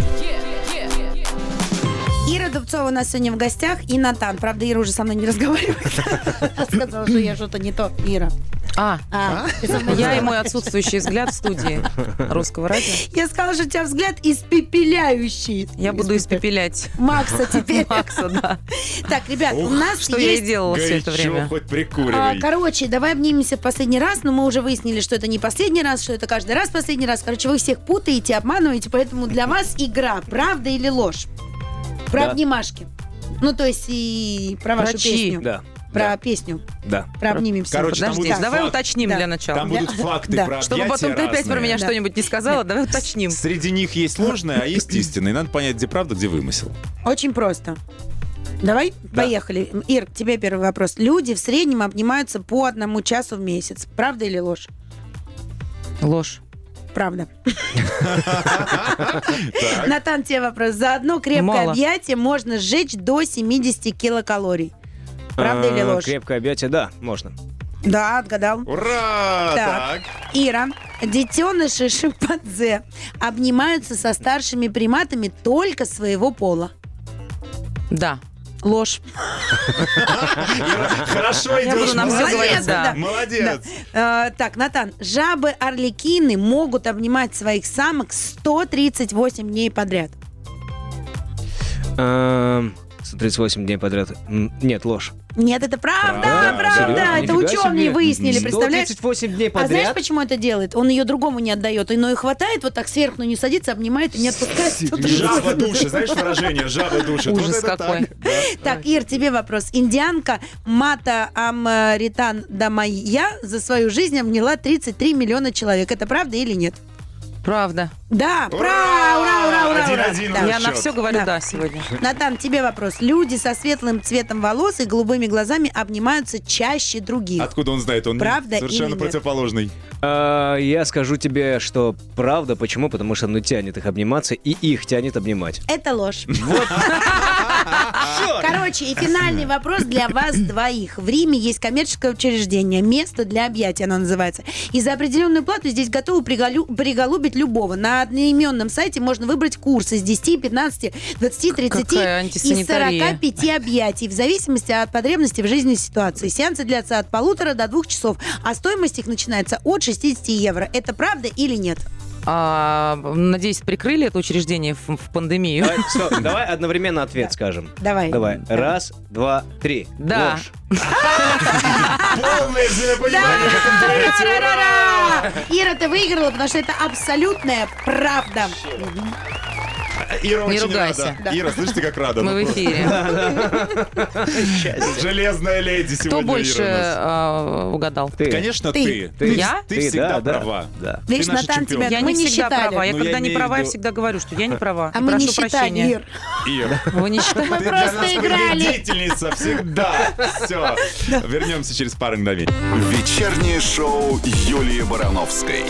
[SPEAKER 2] Ира Дубцова у нас сегодня в гостях и Натан. Правда, Ира уже со мной не разговаривает. Сказала, что я что-то не то. Ира. Ты со мной
[SPEAKER 4] Я
[SPEAKER 2] не
[SPEAKER 4] и
[SPEAKER 2] то.
[SPEAKER 4] мой отсутствующий взгляд в студии Русского радио.
[SPEAKER 2] Я сказала, что у тебя взгляд испепеляющий.
[SPEAKER 4] Я буду испепелять
[SPEAKER 2] Макса теперь.
[SPEAKER 4] Макса, да.
[SPEAKER 2] Так, ребят, у нас
[SPEAKER 4] Что я и
[SPEAKER 2] есть...
[SPEAKER 4] делала все это
[SPEAKER 3] Горячо,
[SPEAKER 4] время.
[SPEAKER 3] хоть прикуривай.
[SPEAKER 2] Короче, давай обнимемся в последний раз, но мы уже выяснили, что это не последний раз, что это каждый раз последний раз. Короче, вы всех путаете, обманываете, поэтому для вас игра «Правда или ложь?» Про
[SPEAKER 5] Да.
[SPEAKER 2] обнимашки. Ну, то есть и про вашу
[SPEAKER 4] чьи?
[SPEAKER 2] песню.
[SPEAKER 5] Да.
[SPEAKER 2] Про песню.
[SPEAKER 5] Да.
[SPEAKER 2] Про обнимемся.
[SPEAKER 3] Короче, там
[SPEAKER 4] Подожди,
[SPEAKER 3] будет
[SPEAKER 4] давай
[SPEAKER 3] факт.
[SPEAKER 4] уточним
[SPEAKER 2] Да.
[SPEAKER 4] для начала.
[SPEAKER 3] Там будут факты
[SPEAKER 2] Да.
[SPEAKER 3] про
[SPEAKER 4] Чтобы
[SPEAKER 3] объятия
[SPEAKER 4] потом ты опять про
[SPEAKER 3] разные.
[SPEAKER 4] меня
[SPEAKER 2] Да.
[SPEAKER 4] что-нибудь не сказала, давай уточним.
[SPEAKER 3] Среди них есть ложное, а есть истинное. Надо понять, где правда, где вымысел.
[SPEAKER 2] Очень просто. Давай, поехали. Ир, к тебе первый вопрос. Люди в среднем обнимаются по 1 часу в месяц. Правда или ложь?
[SPEAKER 4] Ложь.
[SPEAKER 2] Правда.
[SPEAKER 3] Так.
[SPEAKER 2] Натан, тебе вопрос. За одно крепкое
[SPEAKER 4] Мало.
[SPEAKER 2] объятие можно сжечь до 70 килокалорий. Правда или ложь?
[SPEAKER 5] Крепкое объятие, да, можно.
[SPEAKER 2] Да, отгадал.
[SPEAKER 3] Ура!
[SPEAKER 2] Так.
[SPEAKER 3] Так.
[SPEAKER 2] Ира, детеныши шимпанзе обнимаются со старшими приматами только своего пола.
[SPEAKER 4] Да.
[SPEAKER 2] Ложь.
[SPEAKER 3] Хорошо
[SPEAKER 4] Я буду
[SPEAKER 3] идешь.
[SPEAKER 4] на все
[SPEAKER 2] Молодец,
[SPEAKER 4] говорить
[SPEAKER 2] да.
[SPEAKER 4] да.
[SPEAKER 3] Молодец.
[SPEAKER 2] Так, Натан, жабы-арлекины могут обнимать своих самок 138 дней подряд.
[SPEAKER 5] 138 дней подряд. Нет, ложь.
[SPEAKER 2] Нет, это правда,
[SPEAKER 3] Правда?
[SPEAKER 2] правда.
[SPEAKER 5] Серьезно?
[SPEAKER 2] Это
[SPEAKER 5] Нифига
[SPEAKER 2] ученые
[SPEAKER 5] себе.
[SPEAKER 2] выяснили, представляешь?
[SPEAKER 5] 138 дней
[SPEAKER 2] А знаешь,
[SPEAKER 5] подряд?
[SPEAKER 2] почему это делает? Он ее другому не отдает. Он ее хватает, вот так сверху, но не садится, обнимает и не отпускает.
[SPEAKER 3] Жаба души. Знаешь выражение? Жаба души.
[SPEAKER 4] Ужас
[SPEAKER 3] Вот это
[SPEAKER 4] какой.
[SPEAKER 3] так. Да.
[SPEAKER 2] Так, Ир, тебе вопрос. Индианка Мата Амритан Дамайя за свою жизнь обняла 33 миллиона человек. Это правда или нет?
[SPEAKER 4] Правда.
[SPEAKER 2] Да,
[SPEAKER 3] Ура!
[SPEAKER 2] ура, ура.
[SPEAKER 3] 1-1
[SPEAKER 2] Да.
[SPEAKER 3] у
[SPEAKER 4] Я на
[SPEAKER 3] счет.
[SPEAKER 4] все говорю
[SPEAKER 2] Да.
[SPEAKER 4] да сегодня.
[SPEAKER 2] Натан, тебе вопрос. Люди со светлым цветом волос и голубыми глазами обнимаются чаще других.
[SPEAKER 3] Откуда он знает? Он
[SPEAKER 2] Правда
[SPEAKER 3] совершенно
[SPEAKER 2] или нет?
[SPEAKER 3] противоположный.
[SPEAKER 5] Я скажу тебе, что правда. Почему? Потому что тянет их обниматься, и их тянет обнимать.
[SPEAKER 2] Это ложь. Короче, и финальный вопрос для вас двоих. В Риме есть коммерческое учреждение, место для объятий, оно называется. И за определенную плату здесь готовы приголубить любого. На одноименном сайте можно выбрать курсы с 10, 15, 20, 30
[SPEAKER 4] Какая
[SPEAKER 2] и
[SPEAKER 4] антисанитария.
[SPEAKER 2] 45 объятий, в зависимости от потребностей в жизненной ситуации. Сеансы длятся от 1,5 до 2 часов, а стоимость их начинается от 60 евро. Это правда или нет?
[SPEAKER 4] Надеюсь, прикрыли это учреждение в пандемию.
[SPEAKER 5] Давай одновременно ответ скажем.
[SPEAKER 2] Давай.
[SPEAKER 5] Раз, два, три.
[SPEAKER 4] Да.
[SPEAKER 5] Ложь.
[SPEAKER 3] Полное взаимопонимание в этом дуэте.
[SPEAKER 2] Ра-ра-ра-ра! Ира, ты выиграла, потому что это абсолютная правда.
[SPEAKER 3] Ира
[SPEAKER 4] Не
[SPEAKER 3] очень
[SPEAKER 4] ругайся.
[SPEAKER 3] рада. Ира, слышишь, ты как рада.
[SPEAKER 4] Мы
[SPEAKER 3] Ну,
[SPEAKER 4] в эфире.
[SPEAKER 3] Железная леди сегодня,
[SPEAKER 4] Кто больше
[SPEAKER 3] Ира, у нас.
[SPEAKER 4] угадал?
[SPEAKER 5] Ты.
[SPEAKER 3] Конечно,
[SPEAKER 2] Ты.
[SPEAKER 3] ты.
[SPEAKER 4] Я?
[SPEAKER 3] Ты всегда
[SPEAKER 5] да,
[SPEAKER 3] права.
[SPEAKER 5] да.
[SPEAKER 2] Видишь,
[SPEAKER 3] наш
[SPEAKER 2] Натан,
[SPEAKER 3] чемпион.
[SPEAKER 2] тебя
[SPEAKER 4] Я
[SPEAKER 2] мы
[SPEAKER 4] не
[SPEAKER 2] не
[SPEAKER 4] всегда
[SPEAKER 2] считали.
[SPEAKER 4] права. Я
[SPEAKER 3] Ну,
[SPEAKER 4] когда
[SPEAKER 3] я
[SPEAKER 4] не
[SPEAKER 3] имею в
[SPEAKER 4] права, я
[SPEAKER 3] виду-
[SPEAKER 4] всегда говорю, что я не права.
[SPEAKER 2] А
[SPEAKER 4] И
[SPEAKER 2] мы не
[SPEAKER 4] прошу
[SPEAKER 2] считали,
[SPEAKER 4] прощения.
[SPEAKER 2] Ир.
[SPEAKER 3] Ира.
[SPEAKER 4] Вы не считаете?
[SPEAKER 2] Мы
[SPEAKER 3] Ты для
[SPEAKER 2] просто
[SPEAKER 3] нас
[SPEAKER 2] играли.
[SPEAKER 3] победительница всегда. Все. Вернемся через пару мгновений.
[SPEAKER 1] Вечернее шоу Юлии Барановской.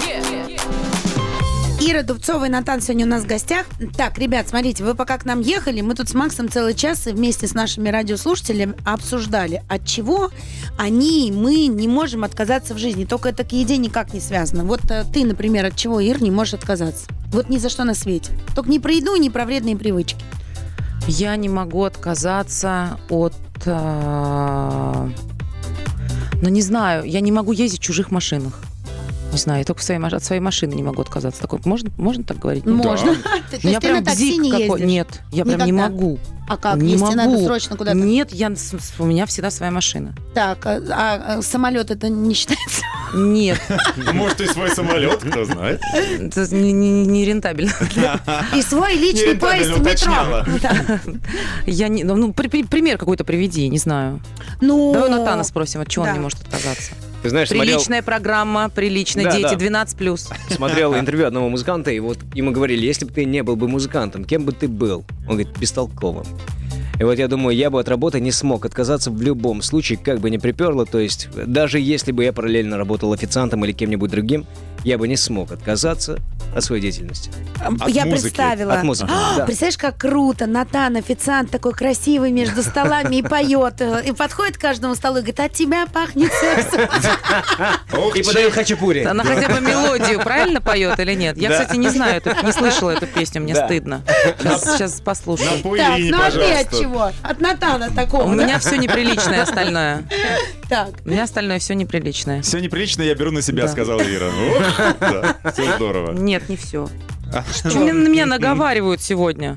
[SPEAKER 2] Ира Дубцова и Натан сегодня у нас в гостях. Так, ребят, смотрите, вы пока к нам ехали, мы тут с Максом целый час вместе с нашими радиослушателями обсуждали, от чего они, мы не можем отказаться в жизни. Только это к еде никак не связано. Вот ты, например, от чего, Ир, не можешь отказаться? Вот ни за что на свете. Только не про еду и не про вредные привычки.
[SPEAKER 4] Я не могу отказаться от... Ну, не знаю, я не могу ездить в чужих машинах. Не знаю, я только от своей машины не могу отказаться. Такое, можно так говорить? Нет?
[SPEAKER 2] Можно. То
[SPEAKER 4] У
[SPEAKER 2] есть
[SPEAKER 4] меня
[SPEAKER 2] ты на
[SPEAKER 4] прям
[SPEAKER 2] такси
[SPEAKER 4] бзик
[SPEAKER 2] не
[SPEAKER 4] какой.
[SPEAKER 2] ездишь?
[SPEAKER 4] Нет, я прям не
[SPEAKER 2] Никогда?
[SPEAKER 4] могу.
[SPEAKER 2] А как?
[SPEAKER 4] Не
[SPEAKER 2] Если
[SPEAKER 4] могу.
[SPEAKER 2] надо срочно куда-то?
[SPEAKER 4] Нет, у меня всегда своя машина.
[SPEAKER 2] Так, а самолет это не считается?
[SPEAKER 4] Нет,
[SPEAKER 3] Может, и свой самолет, кто знает.
[SPEAKER 4] это не рентабельно.
[SPEAKER 2] И свой личный поезд в
[SPEAKER 3] Нерентабельно
[SPEAKER 2] метро. Да.
[SPEAKER 4] Я не, ну, пример какой-то приведи, не знаю.
[SPEAKER 2] Ну,
[SPEAKER 4] Давай у Натана спросим, от чего
[SPEAKER 2] да.
[SPEAKER 4] он не может отказаться.
[SPEAKER 5] Ты знаешь, смотрел...
[SPEAKER 4] Приличная программа, приличные
[SPEAKER 5] Да,
[SPEAKER 4] дети,
[SPEAKER 5] да.
[SPEAKER 4] 12+.
[SPEAKER 5] Смотрел интервью одного музыканта, и вот ему говорили, если бы ты не был бы музыкантом, кем бы ты был? Он говорит, бестолковым. И вот я думаю, я бы от работы не смог отказаться в любом случае, как бы ни приперло. То есть даже если бы я параллельно работал официантом или кем-нибудь другим, я бы не смог отказаться от своей деятельности.
[SPEAKER 2] Я
[SPEAKER 3] музыки.
[SPEAKER 2] представила.
[SPEAKER 5] От музыки, да.
[SPEAKER 2] Представляешь, как круто. Натан, официант такой красивый между столами и поет. И подходит к каждому столу и говорит, от тебя пахнет сексом.
[SPEAKER 5] И подает хачапури.
[SPEAKER 4] Она хотя бы мелодию правильно поет или нет? Я, кстати, не знаю, не слышала эту песню, мне
[SPEAKER 5] Да.
[SPEAKER 4] стыдно. Сейчас послушаю.
[SPEAKER 3] Напой
[SPEAKER 2] Так,
[SPEAKER 3] Ирине,
[SPEAKER 2] ну а ты от
[SPEAKER 3] пожалуйста.
[SPEAKER 2] чего? От Натана такого.
[SPEAKER 4] У
[SPEAKER 2] да?
[SPEAKER 4] меня все неприличное остальное.
[SPEAKER 2] Так.
[SPEAKER 4] У меня остальное все неприличное.
[SPEAKER 3] Все неприлично, я беру на себя,
[SPEAKER 4] Да.
[SPEAKER 3] сказала Ира. Все здорово.
[SPEAKER 4] Нет, не все. На меня наговаривают сегодня.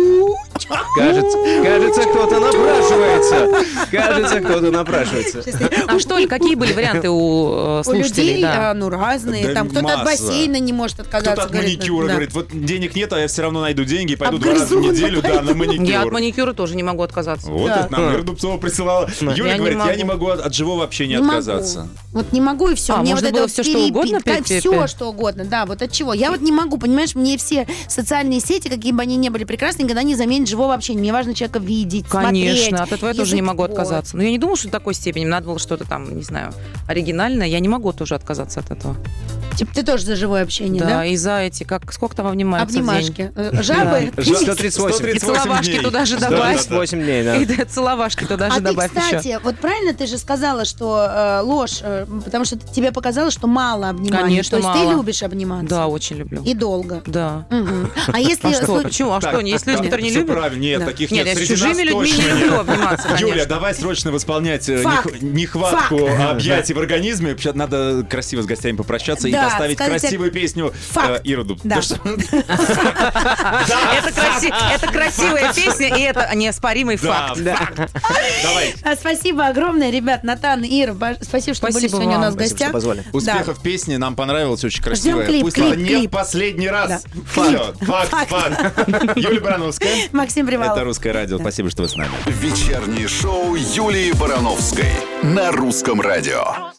[SPEAKER 5] Кажется, кто-то напрашивается. Кажется, кто-то напрашивается.
[SPEAKER 4] А что ли, какие были варианты у
[SPEAKER 2] У
[SPEAKER 4] слушателей?
[SPEAKER 2] людей
[SPEAKER 4] Да.
[SPEAKER 2] ну, разные.
[SPEAKER 3] Да
[SPEAKER 2] Там кто-то от
[SPEAKER 3] масса.
[SPEAKER 2] бассейна не может отказаться.
[SPEAKER 3] Кто-то от
[SPEAKER 2] говорит,
[SPEAKER 3] маникюра
[SPEAKER 2] да.
[SPEAKER 3] говорит, вот денег нет, а я все равно найду деньги и пойду 2 раза в
[SPEAKER 2] Обгрызу,
[SPEAKER 3] неделю
[SPEAKER 2] пойду.
[SPEAKER 3] на маникюр.
[SPEAKER 4] Я от маникюра тоже не могу отказаться.
[SPEAKER 3] Вот
[SPEAKER 2] Да.
[SPEAKER 3] это нам Ира Дубцова присылала. Юля
[SPEAKER 4] не
[SPEAKER 3] говорит, я
[SPEAKER 4] могу.
[SPEAKER 3] не могу от живого общения
[SPEAKER 2] Не могу.
[SPEAKER 3] отказаться.
[SPEAKER 2] Вот не могу и все.
[SPEAKER 4] А,
[SPEAKER 2] Мне
[SPEAKER 4] можно
[SPEAKER 2] вот
[SPEAKER 4] было
[SPEAKER 2] это
[SPEAKER 4] всё, что угодно
[SPEAKER 2] все, что угодно, да. Вот от чего. Я вот не могу, понимаешь, мне все социальные сети, какие бы они ни были прекрасны, никогда не заменят живого общения. Мне важно человека видеть, смотреть.
[SPEAKER 4] Конечно, от этого я тоже не
[SPEAKER 2] язык,
[SPEAKER 4] могу
[SPEAKER 2] вот.
[SPEAKER 4] отказаться. Но я не думала, что до такой степени. Надо было что-то там, не знаю, оригинальное. Я не могу тоже отказаться от этого.
[SPEAKER 2] Типа ты тоже за живое общение, да?
[SPEAKER 4] И за эти, сколько там обнимаются в день?
[SPEAKER 2] Обнимашки. Жабы.
[SPEAKER 5] 138.
[SPEAKER 4] И целовашки
[SPEAKER 3] дней.
[SPEAKER 4] туда же
[SPEAKER 3] Да,
[SPEAKER 4] добавь.
[SPEAKER 3] да, да.
[SPEAKER 5] 8 дней, да.
[SPEAKER 4] И да, целовашки туда же
[SPEAKER 2] А ты,
[SPEAKER 4] добавь еще.
[SPEAKER 2] кстати, вот правильно ты же сказала, что ложь, потому что тебе показалось, что мало обниманий.
[SPEAKER 4] Конечно,
[SPEAKER 2] То есть
[SPEAKER 4] мало.
[SPEAKER 2] ты любишь обниматься.
[SPEAKER 4] Да, очень люблю.
[SPEAKER 2] И долго.
[SPEAKER 4] Да.
[SPEAKER 2] Мгм. А если...
[SPEAKER 4] А что? Почему? А
[SPEAKER 3] Так,
[SPEAKER 4] что? Есть люди,
[SPEAKER 3] так,
[SPEAKER 4] которые не
[SPEAKER 3] всё
[SPEAKER 4] любят?
[SPEAKER 3] правильно. Нет,
[SPEAKER 2] Да.
[SPEAKER 3] таких
[SPEAKER 4] Нет,
[SPEAKER 3] нет.
[SPEAKER 4] я с
[SPEAKER 3] Среди
[SPEAKER 4] чужими
[SPEAKER 3] нас
[SPEAKER 4] людьми
[SPEAKER 3] точно
[SPEAKER 4] не
[SPEAKER 3] нет.
[SPEAKER 4] люблю обниматься,
[SPEAKER 3] Юля,
[SPEAKER 4] конечно.
[SPEAKER 3] давай срочно восполнять
[SPEAKER 2] Факт.
[SPEAKER 3] нехватку
[SPEAKER 2] Факт.
[SPEAKER 3] объятий в организме. Сейчас надо красиво с гостями попрощаться и
[SPEAKER 2] Да,
[SPEAKER 3] поставить
[SPEAKER 2] сказать
[SPEAKER 3] красивую песню
[SPEAKER 2] Факт.
[SPEAKER 3] Иру Дуб.
[SPEAKER 2] Да.
[SPEAKER 4] Это красивая песня, и это неоспоримый факт.
[SPEAKER 3] Давай.
[SPEAKER 2] Спасибо огромное, ребят, Натан, Ира. Спасибо, что были
[SPEAKER 4] Спасибо
[SPEAKER 2] сегодня у
[SPEAKER 4] вам.
[SPEAKER 2] нас в
[SPEAKER 5] Спасибо,
[SPEAKER 2] гостях.
[SPEAKER 5] что позвали.
[SPEAKER 3] Успехов песни, нам понравилось, очень красиво.
[SPEAKER 2] клип,
[SPEAKER 3] Пусть
[SPEAKER 2] клип,
[SPEAKER 3] она не
[SPEAKER 2] клип.
[SPEAKER 3] в последний раз.
[SPEAKER 2] Да.
[SPEAKER 3] Всё, факт,
[SPEAKER 2] Факт.
[SPEAKER 3] факт. Юлия Барановская.
[SPEAKER 2] Максим Привалов.
[SPEAKER 3] Это «Русское радио». Спасибо, что вы с нами.
[SPEAKER 1] Вечернее шоу Юлии Барановской на Русском радио.